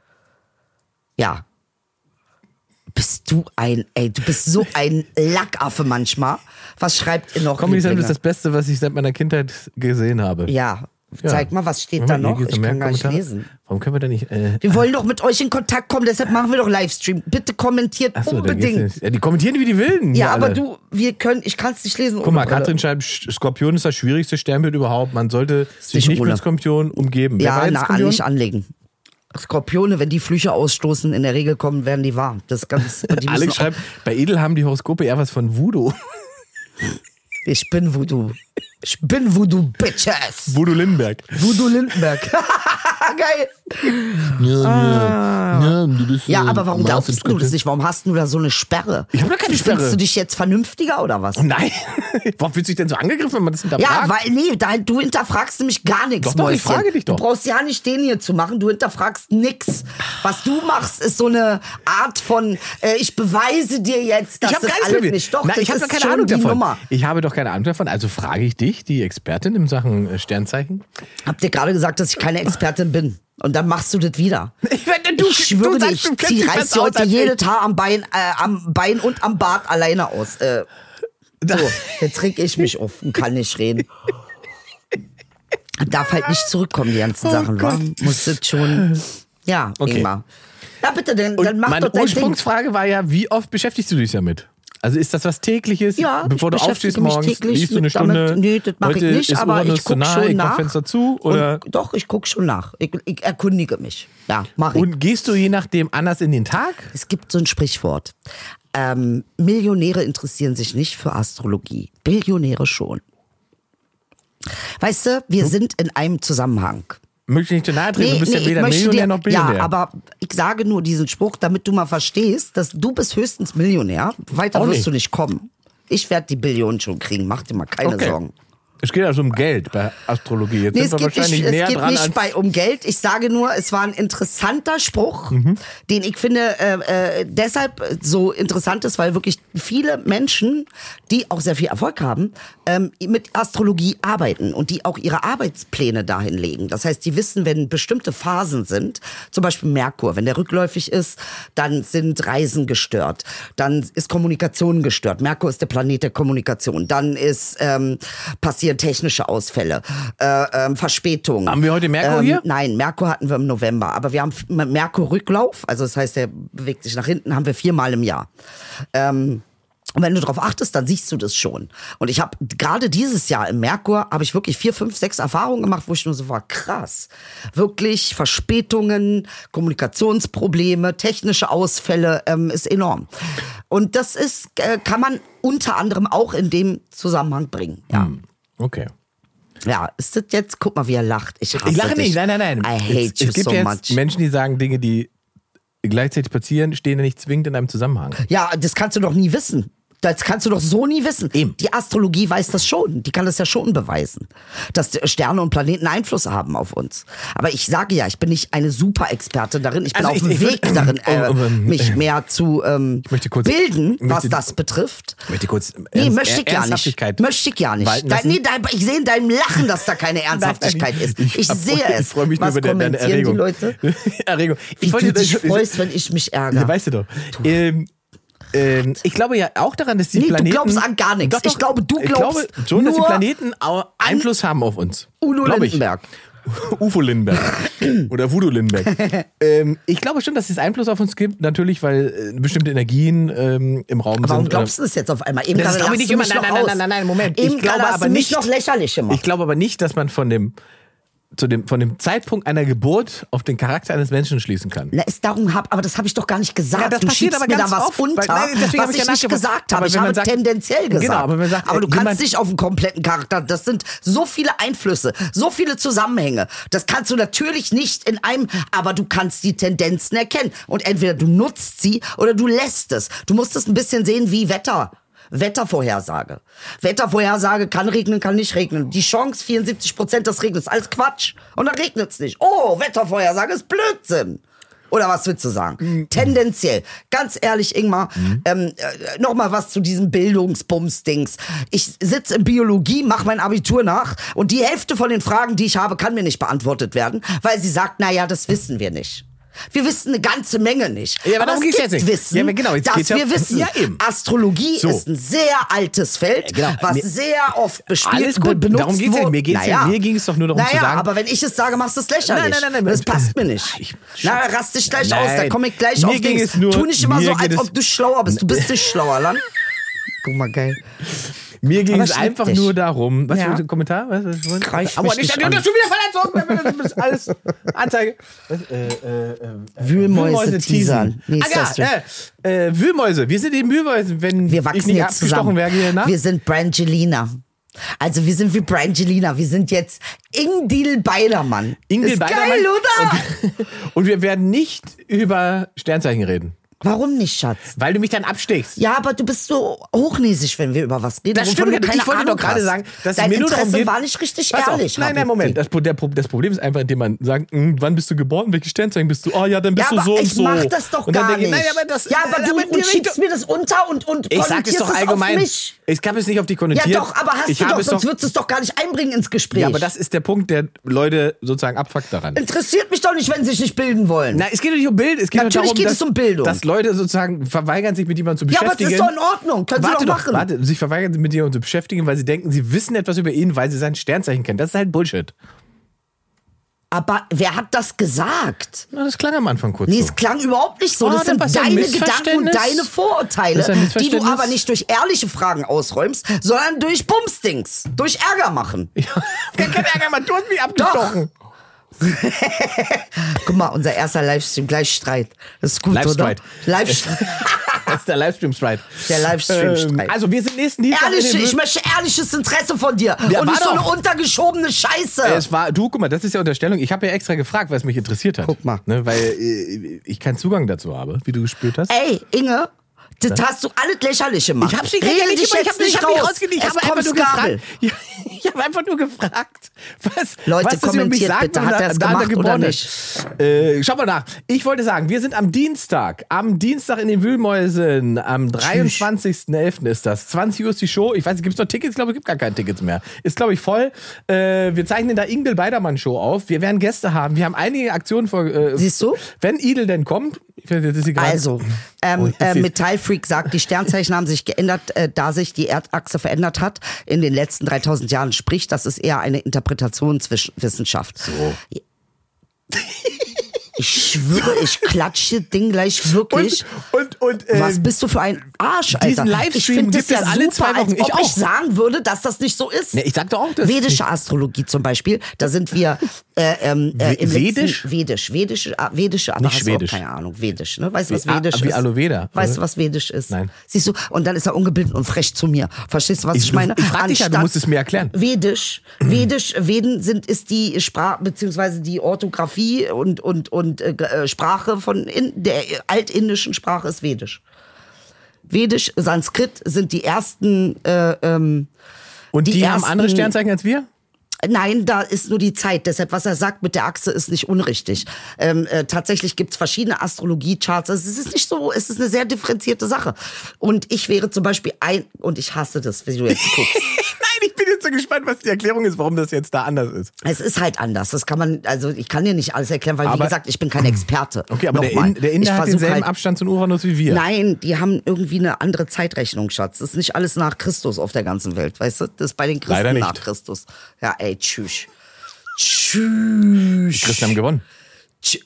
Speaker 3: Ja. Bist du ein, ey, du bist so ein Lackaffe manchmal. Was schreibt ihr noch?
Speaker 2: Comedy Central
Speaker 3: Lieblinge?
Speaker 2: ist das Beste, was ich seit meiner Kindheit gesehen habe.
Speaker 3: Ja.
Speaker 2: Ja.
Speaker 3: Zeig mal, was steht
Speaker 2: Moment,
Speaker 3: da
Speaker 2: hier
Speaker 3: noch?
Speaker 2: geht's
Speaker 3: Ich
Speaker 2: um mehr
Speaker 3: kann gar nicht
Speaker 2: Kommentare.
Speaker 3: lesen.
Speaker 2: Warum können wir da nicht. Äh,
Speaker 3: Wir wollen doch mit euch in Kontakt kommen, deshalb machen wir doch Livestream. Bitte kommentiert
Speaker 2: achso, da geht's
Speaker 3: unbedingt.
Speaker 2: nicht. Ja, die kommentieren wie die Wilden.
Speaker 3: Ja,
Speaker 2: hier
Speaker 3: aber
Speaker 2: alle.
Speaker 3: du, wir können, ich kann es nicht lesen.
Speaker 2: Guck mal,
Speaker 3: ohne Brille.
Speaker 2: Katrin schreibt, Sch- Skorpion ist das schwierigste Sternbild überhaupt. Man sollte sich
Speaker 3: nicht
Speaker 2: nicht
Speaker 3: ohne.
Speaker 2: mit Skorpion umgeben. Wer war
Speaker 3: Ja,
Speaker 2: jetzt
Speaker 3: na,
Speaker 2: Skorpion?
Speaker 3: nicht anlegen. Skorpione, wenn die Flüche ausstoßen, in der Regel kommen, werden die wahr. Das ist ganz, die müssen
Speaker 2: Alex
Speaker 3: auch-
Speaker 2: schreibt, bei Edel haben die Horoskope eher was von Voodoo.
Speaker 3: Ich bin Voodoo. Ich bin Voodoo, Bitches.
Speaker 2: Voodoo Lindenberg.
Speaker 3: Voodoo Lindenberg. Geil.
Speaker 2: Ja, ja. ja, du bist,
Speaker 3: Ja,
Speaker 2: äh,
Speaker 3: aber warum
Speaker 2: Mars
Speaker 3: glaubst
Speaker 2: im
Speaker 3: du das
Speaker 2: Skorpion.
Speaker 3: nicht? Warum hast du da so eine Sperre?
Speaker 2: Ich hab doch keine Sperre.
Speaker 3: Findest du dich jetzt vernünftiger oder was?
Speaker 2: Nein. Warum fühlst du dich denn so angegriffen, wenn man das hinterfragt?
Speaker 3: Ja, weil, nee, da, du hinterfragst nämlich gar nichts,
Speaker 2: Doch, doch, ich
Speaker 3: Mäuschen.
Speaker 2: frage dich doch.
Speaker 3: Du brauchst ja nicht den hier zu machen, du hinterfragst nix. Was du machst, ist so eine Art von, äh, ich beweise dir jetzt, dass
Speaker 2: ich habe
Speaker 3: das
Speaker 2: gar nichts
Speaker 3: alles
Speaker 2: mit
Speaker 3: nicht. Doch,
Speaker 2: Nein,
Speaker 3: das
Speaker 2: ich habe doch
Speaker 3: ist
Speaker 2: keine
Speaker 3: schon
Speaker 2: Ahnung
Speaker 3: die
Speaker 2: davon.
Speaker 3: Nummer.
Speaker 2: Ich habe doch keine Ahnung davon. Also frage ich dich, die Expertin in Sachen äh, Sternzeichen.
Speaker 3: Hab dir gerade gesagt, dass ich keine Expertin bin. Und dann machst du das wieder.
Speaker 2: Ich, wette, du,
Speaker 3: Ich schwöre
Speaker 2: du
Speaker 3: dir,
Speaker 2: sagst,
Speaker 3: ich
Speaker 2: du kennst
Speaker 3: zieh,
Speaker 2: dich
Speaker 3: reiß
Speaker 2: besser
Speaker 3: dir
Speaker 2: aus
Speaker 3: heute
Speaker 2: als
Speaker 3: jedes
Speaker 2: ich.
Speaker 3: Haar am Bein, äh, am Bein und am Bart alleine aus. Äh, so, jetzt reg ich mich auf und kann nicht reden. Darf halt nicht zurückkommen, die ganzen
Speaker 2: Oh
Speaker 3: Sachen, wa?
Speaker 2: Gott.
Speaker 3: Muss das schon. Ja,
Speaker 2: Okay.
Speaker 3: Ingmar. Ja, bitte, dann,
Speaker 2: Und
Speaker 3: dann mach
Speaker 2: meine
Speaker 3: doch dein Ding.
Speaker 2: Ursprungsfrage war ja, wie oft beschäftigst du dich damit? Also ist das was Tägliches?
Speaker 3: Ja,
Speaker 2: Bevor
Speaker 3: ich
Speaker 2: du aufstehst
Speaker 3: beschäftige mich
Speaker 2: morgens,
Speaker 3: täglich
Speaker 2: liest du eine
Speaker 3: mit damit.
Speaker 2: Stunde?
Speaker 3: Nee, das mache ich
Speaker 2: Heute
Speaker 3: nicht,
Speaker 2: ist
Speaker 3: aber
Speaker 2: Uranus
Speaker 3: ich
Speaker 2: zu
Speaker 3: guck
Speaker 2: nah,
Speaker 3: schon
Speaker 2: ich mach
Speaker 3: nach.
Speaker 2: Fenster zu? Oder?
Speaker 3: Und, doch, ich gucke schon nach. Ich, ich erkundige mich. Ja, mach ich.
Speaker 2: Und gehst du je nachdem anders in den Tag?
Speaker 3: Es gibt so ein Sprichwort. Ähm, Millionäre interessieren sich nicht für Astrologie. Billionäre schon. Weißt du, wir
Speaker 2: Hm?
Speaker 3: sind in einem Zusammenhang.
Speaker 2: Möchte ich nicht zu nahe treten, du bist ja
Speaker 3: ich
Speaker 2: weder
Speaker 3: möchte
Speaker 2: Millionär
Speaker 3: dir-
Speaker 2: noch Billionär.
Speaker 3: Ja, aber ich sage nur diesen Spruch, damit du mal verstehst, dass du bist höchstens Millionär. Weiter
Speaker 2: Auch
Speaker 3: wirst
Speaker 2: nicht.
Speaker 3: du nicht kommen. Ich werde die Billionen schon kriegen. Mach dir mal keine
Speaker 2: Okay.
Speaker 3: Sorgen.
Speaker 2: Es geht also um Geld bei Astrologie. Jetzt
Speaker 3: Nee, es
Speaker 2: sind wir
Speaker 3: geht
Speaker 2: wahrscheinlich
Speaker 3: nicht,
Speaker 2: näher
Speaker 3: es geht
Speaker 2: dran
Speaker 3: nicht
Speaker 2: als...
Speaker 3: bei um Geld. Ich sage nur, es war ein interessanter Spruch,
Speaker 2: Mhm.
Speaker 3: den ich finde äh, äh, deshalb so interessant ist, weil wirklich viele Menschen, die auch sehr viel Erfolg haben, ähm, mit Astrologie arbeiten und die auch ihre Arbeitspläne dahin legen. Das heißt, die wissen, wenn bestimmte Phasen sind, zum Beispiel Merkur, wenn der rückläufig ist, dann sind Reisen gestört, dann ist Kommunikation gestört. Merkur ist der Planet der Kommunikation. Dann ist ähm, passieren technische Ausfälle, äh, ähm, Verspätungen.
Speaker 2: Haben wir heute Merkur
Speaker 3: ähm,
Speaker 2: hier?
Speaker 3: Nein, Merkur hatten wir im November, aber wir haben f- Merkur-Rücklauf, also das heißt, der bewegt sich nach hinten, haben wir viermal im Jahr. Ähm, und wenn du darauf achtest, dann siehst du das schon. Und ich habe gerade dieses Jahr im Merkur, habe ich wirklich vier, fünf, sechs Erfahrungen gemacht, wo ich nur so war, krass. Wirklich Verspätungen, Kommunikationsprobleme, technische Ausfälle, ähm, ist enorm. Und das ist, äh, kann man unter anderem auch in dem Zusammenhang bringen. Ja.
Speaker 2: Hm, Okay.
Speaker 3: Ja, ist das jetzt, guck mal, wie er lacht. Ich, hasse
Speaker 2: Ich lache
Speaker 3: dich.
Speaker 2: nicht, nein, nein, nein.
Speaker 3: I hate
Speaker 2: es,
Speaker 3: you
Speaker 2: es gibt
Speaker 3: so
Speaker 2: jetzt
Speaker 3: much.
Speaker 2: Menschen, die sagen Dinge, die gleichzeitig passieren, stehen ja nicht zwingend in einem Zusammenhang.
Speaker 3: Ja, das kannst du doch nie wissen. Das kannst du doch so nie wissen.
Speaker 2: Eben.
Speaker 3: Die Astrologie weiß das schon. Die kann das ja schon beweisen, dass die Sterne und Planeten Einfluss haben auf uns. Aber ich sage ja, ich bin nicht eine Super-Expertin darin. Ich bin
Speaker 2: Also
Speaker 3: auf
Speaker 2: ich-
Speaker 3: dem
Speaker 2: ich
Speaker 3: Weg
Speaker 2: würd-
Speaker 3: darin, äh,
Speaker 2: Oh, oh, ähm,
Speaker 3: mich
Speaker 2: äh,
Speaker 3: mehr zu ähm,
Speaker 2: ich möchte kurz-
Speaker 3: bilden,
Speaker 2: ich möchte-
Speaker 3: was das betrifft.
Speaker 2: Ich möchte kurz
Speaker 3: Nee,
Speaker 2: Ernst-
Speaker 3: möchte ich ja nicht.
Speaker 2: Ernsthaftigkeit
Speaker 3: Möchte ich ja nicht.
Speaker 2: walten
Speaker 3: Da,
Speaker 2: lassen.
Speaker 3: nee, da, ich sehe in deinem Lachen, dass da keine Ernsthaftigkeit
Speaker 2: Nein,
Speaker 3: ist. Ich,
Speaker 2: hab-
Speaker 3: sehe es.
Speaker 2: Ich freue mich
Speaker 3: was
Speaker 2: nur über deine
Speaker 3: kommentieren
Speaker 2: Erregung.
Speaker 3: die Leute?
Speaker 2: Erregung.
Speaker 3: Wie
Speaker 2: Ich
Speaker 3: du
Speaker 2: wollte,
Speaker 3: dich
Speaker 2: ich,
Speaker 3: freust, wenn ich mich ärgere.
Speaker 2: ja, weißt du doch. Ähm, ähm, ich glaube ja auch daran, dass die
Speaker 3: Nee, du
Speaker 2: Planeten...
Speaker 3: glaubst an gar nichts.
Speaker 2: Doch, doch,
Speaker 3: Ich glaube, du
Speaker 2: Ich
Speaker 3: glaubst
Speaker 2: glaube schon, dass die
Speaker 3: nur
Speaker 2: Planeten au- Einfluss haben auf uns.
Speaker 3: Udo
Speaker 2: Glaub ich.
Speaker 3: Lindenberg.
Speaker 2: Ufo Lindenberg. Oder Voodoo Lindenberg. ähm, ich glaube schon, dass es Einfluss auf uns gibt, natürlich, weil äh, bestimmte Energien ähm, im Raum
Speaker 3: Warum
Speaker 2: sind.
Speaker 3: glaubst du das jetzt auf einmal? Eben
Speaker 2: Das
Speaker 3: gerade
Speaker 2: glaube ich
Speaker 3: lachst
Speaker 2: nicht
Speaker 3: du
Speaker 2: immer.
Speaker 3: mich
Speaker 2: Nein,
Speaker 3: noch
Speaker 2: nein, nein,
Speaker 3: aus.
Speaker 2: nein, nein, nein, Moment.
Speaker 3: Eben
Speaker 2: Ich glaube
Speaker 3: gerade hast
Speaker 2: aber
Speaker 3: du mich
Speaker 2: nicht-
Speaker 3: noch lächerlich gemacht.
Speaker 2: Ich glaube aber nicht, dass man von dem, zu dem, von dem Zeitpunkt einer Geburt auf den Charakter eines Menschen schließen kann.
Speaker 3: Na, ist darum hab, aber das habe ich doch gar nicht gesagt.
Speaker 2: Ja, das
Speaker 3: du
Speaker 2: passiert
Speaker 3: schiebst
Speaker 2: aber
Speaker 3: mir
Speaker 2: ganz
Speaker 3: da was
Speaker 2: oft,
Speaker 3: unter,
Speaker 2: weil- nein, deswegen hab
Speaker 3: was
Speaker 2: ich
Speaker 3: ich
Speaker 2: ja
Speaker 3: nicht
Speaker 2: nachgefragt.
Speaker 3: gesagt
Speaker 2: Aber
Speaker 3: habe. Ich
Speaker 2: wenn man
Speaker 3: habe
Speaker 2: sagt-
Speaker 3: tendenziell gesagt.
Speaker 2: Genau, aber wenn man sagt,
Speaker 3: aber du
Speaker 2: äh,
Speaker 3: kannst
Speaker 2: jemand-
Speaker 3: nicht auf einen kompletten Charakter. Das sind so viele Einflüsse, so viele Zusammenhänge. Das kannst du natürlich nicht in einem, aber du kannst die Tendenzen erkennen. Und entweder du nutzt sie oder du lässt es. Du musst es ein bisschen sehen wie Wetter. Wettervorhersage. Wettervorhersage kann regnen, kann nicht regnen. Die Chance, vierundsiebzig Prozent, das regnet, ist alles Quatsch. Und dann regnet es nicht. Oh, Wettervorhersage ist Blödsinn. Oder was willst du sagen?
Speaker 2: Mhm.
Speaker 3: Tendenziell. Ganz ehrlich, Ingmar, mhm. ähm, äh, noch mal was zu diesem Bildungsbums-Dings. Ich sitze in Biologie, mache mein Abitur nach und die Hälfte von den Fragen, die ich habe, kann mir nicht beantwortet werden, weil sie sagt, na ja, das wissen wir nicht. Wir wissen eine ganze Menge nicht.
Speaker 2: Ja, aber
Speaker 3: aber
Speaker 2: darum
Speaker 3: es
Speaker 2: geht's
Speaker 3: gibt
Speaker 2: jetzt nicht.
Speaker 3: Wissen,
Speaker 2: Ja, aber genau, jetzt
Speaker 3: dass
Speaker 2: geht's ja-
Speaker 3: wir wissen.
Speaker 2: Ja, eben.
Speaker 3: Astrologie
Speaker 2: So.
Speaker 3: ist ein sehr altes Feld,
Speaker 2: Ja, genau.
Speaker 3: was
Speaker 2: Mir-
Speaker 3: sehr oft bespielt,
Speaker 2: Alles gut.
Speaker 3: be- benutzt
Speaker 2: Darum geht's ja-
Speaker 3: wurde.
Speaker 2: mir geht's ja-
Speaker 3: Naja.
Speaker 2: mir ging es doch nur darum
Speaker 3: naja,
Speaker 2: zu sagen-
Speaker 3: aber wenn ich es sage, machst du es lächerlich.
Speaker 2: Nein, nein, nein, nein.
Speaker 3: Das passt mir nicht.
Speaker 2: Ich-
Speaker 3: Na, rast dich gleich
Speaker 2: Nein.
Speaker 3: aus, da komme ich gleich
Speaker 2: Mir
Speaker 3: auf
Speaker 2: ging
Speaker 3: Dings.
Speaker 2: es nur-
Speaker 3: Tu nicht immer
Speaker 2: mir
Speaker 3: so,
Speaker 2: geht
Speaker 3: als
Speaker 2: es-
Speaker 3: ob du schlauer bist. Du bist nicht schlauer, Land. Guck mal, geil.
Speaker 2: Mir ging
Speaker 3: Aber
Speaker 2: es
Speaker 3: schnipp
Speaker 2: einfach
Speaker 3: dich.
Speaker 2: nur darum. Was
Speaker 3: Ja.
Speaker 2: für ein Kommentar? Was, was, was?
Speaker 3: Greif
Speaker 2: Aber
Speaker 3: mich
Speaker 2: nicht,
Speaker 3: nicht
Speaker 2: du
Speaker 3: an.
Speaker 2: hast schon wieder Verletzung. Das ist alles Anzeige. Was, äh, äh, äh,
Speaker 3: Wühlmäuse teasern. Nee,
Speaker 2: Ah
Speaker 3: ist das
Speaker 2: ja, äh, äh, Wühlmäuse. Wir sind die Wühlmäuse, wenn
Speaker 3: Wir
Speaker 2: ich
Speaker 3: wachsen
Speaker 2: nicht
Speaker 3: jetzt
Speaker 2: abgestochen
Speaker 3: zusammen.
Speaker 2: wäre hier nach.
Speaker 3: Wir sind Brangelina. Also wir sind wie Brangelina. Wir sind jetzt Ingdil Beidermann.
Speaker 2: Ingrid
Speaker 3: ist
Speaker 2: Beidermann.
Speaker 3: geil, oder?
Speaker 2: Und, und wir werden nicht über Sternzeichen reden.
Speaker 3: Warum nicht, Schatz?
Speaker 2: Weil du mich dann abstichst.
Speaker 3: Ja, aber du bist so hochnäsig, wenn wir über was reden.
Speaker 2: Das
Speaker 3: wovon
Speaker 2: stimmt,
Speaker 3: du keine
Speaker 2: ich wollte
Speaker 3: Ahnung
Speaker 2: doch gerade
Speaker 3: hast.
Speaker 2: sagen, dass es
Speaker 3: Dein
Speaker 2: mir nur
Speaker 3: Interesse
Speaker 2: darum geht.
Speaker 3: war nicht richtig
Speaker 2: Pass auf,
Speaker 3: ehrlich.
Speaker 2: nein, nein,
Speaker 3: Habibti.
Speaker 2: Moment. Das, der, das Problem ist einfach, indem man sagt, hm, wann bist du geboren, welches Sternzeichen bist du? Oh ja, dann bist
Speaker 3: Ja,
Speaker 2: du
Speaker 3: aber
Speaker 2: so und
Speaker 3: ich
Speaker 2: so.
Speaker 3: mach das doch
Speaker 2: und dann
Speaker 3: gar
Speaker 2: denke
Speaker 3: nicht.
Speaker 2: ich, nein, aber das,
Speaker 3: ja, aber du
Speaker 2: aber
Speaker 3: und
Speaker 2: die
Speaker 3: schiebst
Speaker 2: Richtung-
Speaker 3: mir das unter und, und
Speaker 2: Ich sag es
Speaker 3: konnotierst
Speaker 2: doch
Speaker 3: Auf
Speaker 2: allgemein.
Speaker 3: mich.
Speaker 2: Ich habe es nicht auf die konnotiert.
Speaker 3: Ja doch, aber hast
Speaker 2: ich
Speaker 3: du
Speaker 2: habe
Speaker 3: doch,
Speaker 2: es
Speaker 3: sonst würdest du es doch gar nicht einbringen ins Gespräch.
Speaker 2: Ja, aber das ist der Punkt, der Leute sozusagen abfuckt daran.
Speaker 3: interessiert mich doch nicht, wenn sie sich nicht bilden wollen.
Speaker 2: Na, es geht doch nicht um Bild, es geht
Speaker 3: Natürlich
Speaker 2: doch darum,
Speaker 3: geht
Speaker 2: dass,
Speaker 3: es um Bildung.
Speaker 2: dass Leute sozusagen verweigern, sich mit jemandem zu
Speaker 3: ja, aber das
Speaker 2: beschäftigen.
Speaker 3: ist doch in Ordnung. Können
Speaker 2: Warte
Speaker 3: sie doch
Speaker 2: doch,
Speaker 3: machen.
Speaker 2: warte, sich verweigern, sich mit jemandem zu beschäftigen, weil sie denken, sie wissen etwas über ihn, weil sie sein Sternzeichen kennen. Das ist halt Bullshit.
Speaker 3: Aber wer hat das gesagt?
Speaker 2: Na, das klang am Anfang kurz
Speaker 3: Nee,
Speaker 2: so.
Speaker 3: es klang überhaupt nicht so.
Speaker 2: Oh,
Speaker 3: Das
Speaker 2: dann
Speaker 3: sind
Speaker 2: war's ja ein
Speaker 3: deine Gedanken und
Speaker 2: Missverständnis.
Speaker 3: deine Vorurteile,
Speaker 2: Das ist ein
Speaker 3: die du
Speaker 2: Missverständnis.
Speaker 3: aber nicht durch ehrliche Fragen ausräumst, sondern durch Bumsdings, durch Ärger machen.
Speaker 2: Ja, kein Ärger, man, du hast mich abgestochen.
Speaker 3: Guck mal, unser erster Livestream, gleich Streit. Das ist gut,
Speaker 2: Live-Streit.
Speaker 3: oder? Live-Streit.
Speaker 2: Das ist der Livestream-Streit.
Speaker 3: Der Livestream-Streit.
Speaker 2: Ähm, also wir sind nächsten Dienstag
Speaker 3: Ehrlich,
Speaker 2: in den
Speaker 3: ich möchte ehrliches Interesse von dir.
Speaker 2: Ja,
Speaker 3: und
Speaker 2: war
Speaker 3: nicht so eine
Speaker 2: doch.
Speaker 3: untergeschobene Scheiße.
Speaker 2: Es war, du, guck mal, das ist ja Unterstellung. Ich habe ja extra gefragt, weil es mich interessiert hat.
Speaker 3: Guck mal.
Speaker 2: Ne, weil äh, ich keinen Zugang dazu habe, wie du gespürt hast.
Speaker 3: Ey, Inge, das hast du alles lächerlich gemacht.
Speaker 2: Ich hab's nicht
Speaker 3: Rede
Speaker 2: lächerlich
Speaker 3: dich
Speaker 2: gemacht, ich
Speaker 3: jetzt
Speaker 2: hab nicht,
Speaker 3: nicht
Speaker 2: ich hab nicht
Speaker 3: raus.
Speaker 2: rausgekriegt. Ich
Speaker 3: Es
Speaker 2: habe einfach
Speaker 3: kommt
Speaker 2: nur
Speaker 3: Skabel.
Speaker 2: gefragt. Ja, ich habe einfach nur gefragt, was,
Speaker 3: Leute,
Speaker 2: was das über mich
Speaker 3: kommentiert
Speaker 2: sagt,
Speaker 3: bitte,
Speaker 2: wenn
Speaker 3: hat
Speaker 2: da-
Speaker 3: er es
Speaker 2: da
Speaker 3: gemacht
Speaker 2: geboren
Speaker 3: oder
Speaker 2: ist. Äh, schau mal nach. Ich wollte sagen, wir sind am Dienstag, am Dienstag in den Wühlmäusen, am dreiundzwanzigsten elften ist das. zwanzig Uhr ist die Show. Ich weiß nicht, gibt es noch Tickets? Ich glaube, es gibt gar keine Tickets mehr. Ist, glaube ich, voll. Äh, wir zeichnen da Ingdil Beidermann Show auf. Wir werden Gäste haben. Wir haben einige Aktionen vor. Äh,
Speaker 3: Siehst du?
Speaker 2: Wenn Idel denn kommt. Ich weiß, jetzt ist sie gerade-
Speaker 3: Also, ähm,
Speaker 2: Oh, ich
Speaker 3: äh,
Speaker 2: seh's.
Speaker 3: Metallfreak sagt, die Sternzeichen haben sich geändert, äh, da sich die Erdachse verändert hat in den letzten dreitausend Jahren. Sprich, das ist eher eine Interpretationswissenschaft. So. Ich schwöre, ich klatsche das Ding gleich wirklich.
Speaker 2: Und, und, und, äh,
Speaker 3: Was bist du für ein Arsch, Alter?
Speaker 2: diesen Livestream
Speaker 3: ich finde das
Speaker 2: gibt
Speaker 3: ja
Speaker 2: es alle
Speaker 3: super,
Speaker 2: zwei Wochen.
Speaker 3: als ob
Speaker 2: Ich auch.
Speaker 3: ich sagen würde, dass das nicht so ist.
Speaker 2: Ne, ich sag doch auch, dass
Speaker 3: Vedische Astrologie zum Beispiel, da sind wir äh, ähm, äh, im
Speaker 2: Vedisch?
Speaker 3: letzten, Vedisch, vedische, ah, vedische, aber
Speaker 2: Nicht
Speaker 3: hast du auch
Speaker 2: schwedisch.
Speaker 3: keine Ahnung, Vedisch, ne? Weißt du, was
Speaker 2: Wie- ah,
Speaker 3: Vedisch
Speaker 2: wie
Speaker 3: ist?
Speaker 2: Aloe Vera,
Speaker 3: Weißt
Speaker 2: oder?
Speaker 3: du, was Vedisch ist?
Speaker 2: Nein.
Speaker 3: Siehst du? Und dann ist er ungebildet und frech zu mir. Verstehst du, was ich,
Speaker 2: Ich-
Speaker 3: meine?
Speaker 2: ich frag dich ja, du
Speaker 3: Anstatt
Speaker 2: musst es mir erklären.
Speaker 3: Vedisch, Vedisch, Veden sind, ist die Sprache, beziehungsweise die Orthographie und, und, und äh, Sprache von in, der altindischen Sprache ist Vedisch. Vedisch, Sanskrit sind die ersten. Äh, ähm,
Speaker 2: Und die,
Speaker 3: die
Speaker 2: haben
Speaker 3: ersten-
Speaker 2: andere Sternzeichen als wir?
Speaker 3: Nein, da ist nur die Zeit. Deshalb, was er sagt mit der Achse, ist nicht unrichtig. Ähm, äh, tatsächlich gibt's verschiedene Astrologie-Charts. Also es ist nicht so, es ist eine sehr differenzierte Sache. Und ich wäre zum Beispiel ein, und ich hasse das, wie du jetzt guckst.
Speaker 2: Nein, ich bin jetzt so gespannt, was die Erklärung ist, warum das jetzt da anders ist.
Speaker 3: Es ist halt anders. Das kann man, also ich kann dir nicht alles erklären, weil
Speaker 2: Aber-
Speaker 3: wie gesagt, ich bin kein Experte.
Speaker 2: Okay, aber der,
Speaker 3: Nochmal.
Speaker 2: In, der
Speaker 3: Ich
Speaker 2: Inder hat
Speaker 3: versuch
Speaker 2: denselben
Speaker 3: halt,
Speaker 2: Abstand zum Uranus wie wir.
Speaker 3: Nein, die haben irgendwie eine andere Zeitrechnung, Schatz. Das ist nicht alles nach Christus auf der ganzen Welt, weißt du? Das ist bei den Christen
Speaker 2: Leider nicht.
Speaker 3: nach Christus. Ja, ey, tschüss. Tschüss.
Speaker 2: Die Christen haben gewonnen.
Speaker 3: Tsch-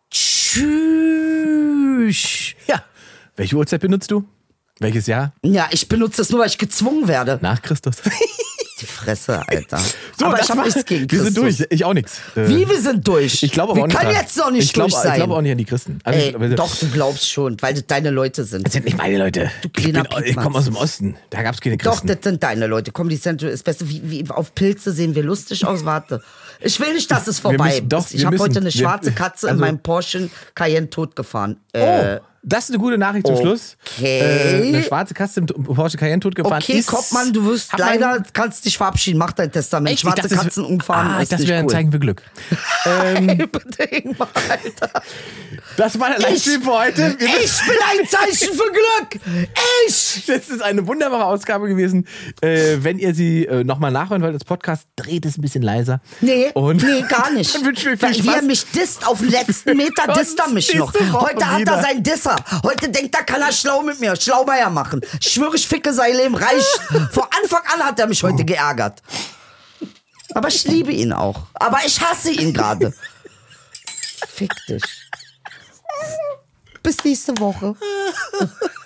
Speaker 3: Tschüss.
Speaker 2: Ja. Welche Uhrzeit benutzt du? Welches Jahr?
Speaker 3: Ja, ich benutze das nur, weil ich gezwungen werde.
Speaker 2: Nach Christus.
Speaker 3: Die Fresse, Alter.
Speaker 2: So,
Speaker 3: aber
Speaker 2: das
Speaker 3: ich habe
Speaker 2: war-
Speaker 3: nichts gegen
Speaker 2: Wir
Speaker 3: Christus.
Speaker 2: sind durch. Ich auch nichts. Äh,
Speaker 3: Wie, wir sind durch?
Speaker 2: Ich glaube aber
Speaker 3: wir
Speaker 2: auch nicht
Speaker 3: können
Speaker 2: dran.
Speaker 3: jetzt noch nicht
Speaker 2: ich glaub,
Speaker 3: durch sein.
Speaker 2: Ich glaube auch nicht an die Christen. Also,
Speaker 3: Ey,
Speaker 2: ich-
Speaker 3: doch, du glaubst schon, weil das deine Leute sind.
Speaker 2: Das sind nicht meine Leute.
Speaker 3: Du
Speaker 2: ich
Speaker 3: kleiner
Speaker 2: bin- ich
Speaker 3: Piepmatz.
Speaker 2: komme aus dem Osten. Da gab es keine
Speaker 3: Doch,
Speaker 2: Christen.
Speaker 3: das sind deine Leute. Komm, die Center ist besser. Wie, wie auf Pilze sehen wir lustig aus. Warte. Ich will nicht, dass es vorbei
Speaker 2: müssen- doch,
Speaker 3: ist.
Speaker 2: wir
Speaker 3: Ich habe
Speaker 2: müssen.
Speaker 3: heute eine
Speaker 2: Wir-
Speaker 3: schwarze Katze
Speaker 2: also-
Speaker 3: in meinem Porsche Cayenne totgefahren.
Speaker 2: Oh,
Speaker 3: Äh,
Speaker 2: das ist eine gute Nachricht zum Schluss.
Speaker 3: Okay.
Speaker 2: Äh, eine schwarze Katze im Porsche Cayenne totgefahren
Speaker 3: okay,
Speaker 2: ist...
Speaker 3: Kopfmann, du wirst
Speaker 2: Hat man-
Speaker 3: leider, kannst dich verabschieden. Mach dein Testament.
Speaker 2: Echt? Ich
Speaker 3: Schwarze
Speaker 2: dachte, das-
Speaker 3: Katzen umfahren
Speaker 2: ah,
Speaker 3: ist
Speaker 2: das
Speaker 3: nicht
Speaker 2: wäre ein
Speaker 3: cool.
Speaker 2: Zeichen für Glück. ähm,
Speaker 3: Überdenk mal, Alter.
Speaker 2: das war der Livestream für heute. Wir
Speaker 3: Ich bin ein Zeichen für Glück. Ich.
Speaker 2: Das ist eine wunderbare Ausgabe gewesen. Äh, wenn ihr sie äh, nochmal nachhören wollt als Podcast, dreht es ein bisschen leiser.
Speaker 3: Nee,
Speaker 2: Und
Speaker 3: nee, gar nicht.
Speaker 2: dann wünschen wir viel
Speaker 3: Weil wie
Speaker 2: Spaß.
Speaker 3: er mich disst, auf den letzten Meter disst er mich noch.
Speaker 2: nächste Woche
Speaker 3: Heute hat
Speaker 2: wieder.
Speaker 3: er seinen Disser. Heute denkt er, kann er schlau mit mir, Schlaumeier machen. Ich schwöre, ich ficke sein Leben, reicht. Von Anfang an hat er mich heute geärgert. Aber ich liebe ihn auch. Aber ich hasse ihn gerade. Fick dich. Bis nächste Woche.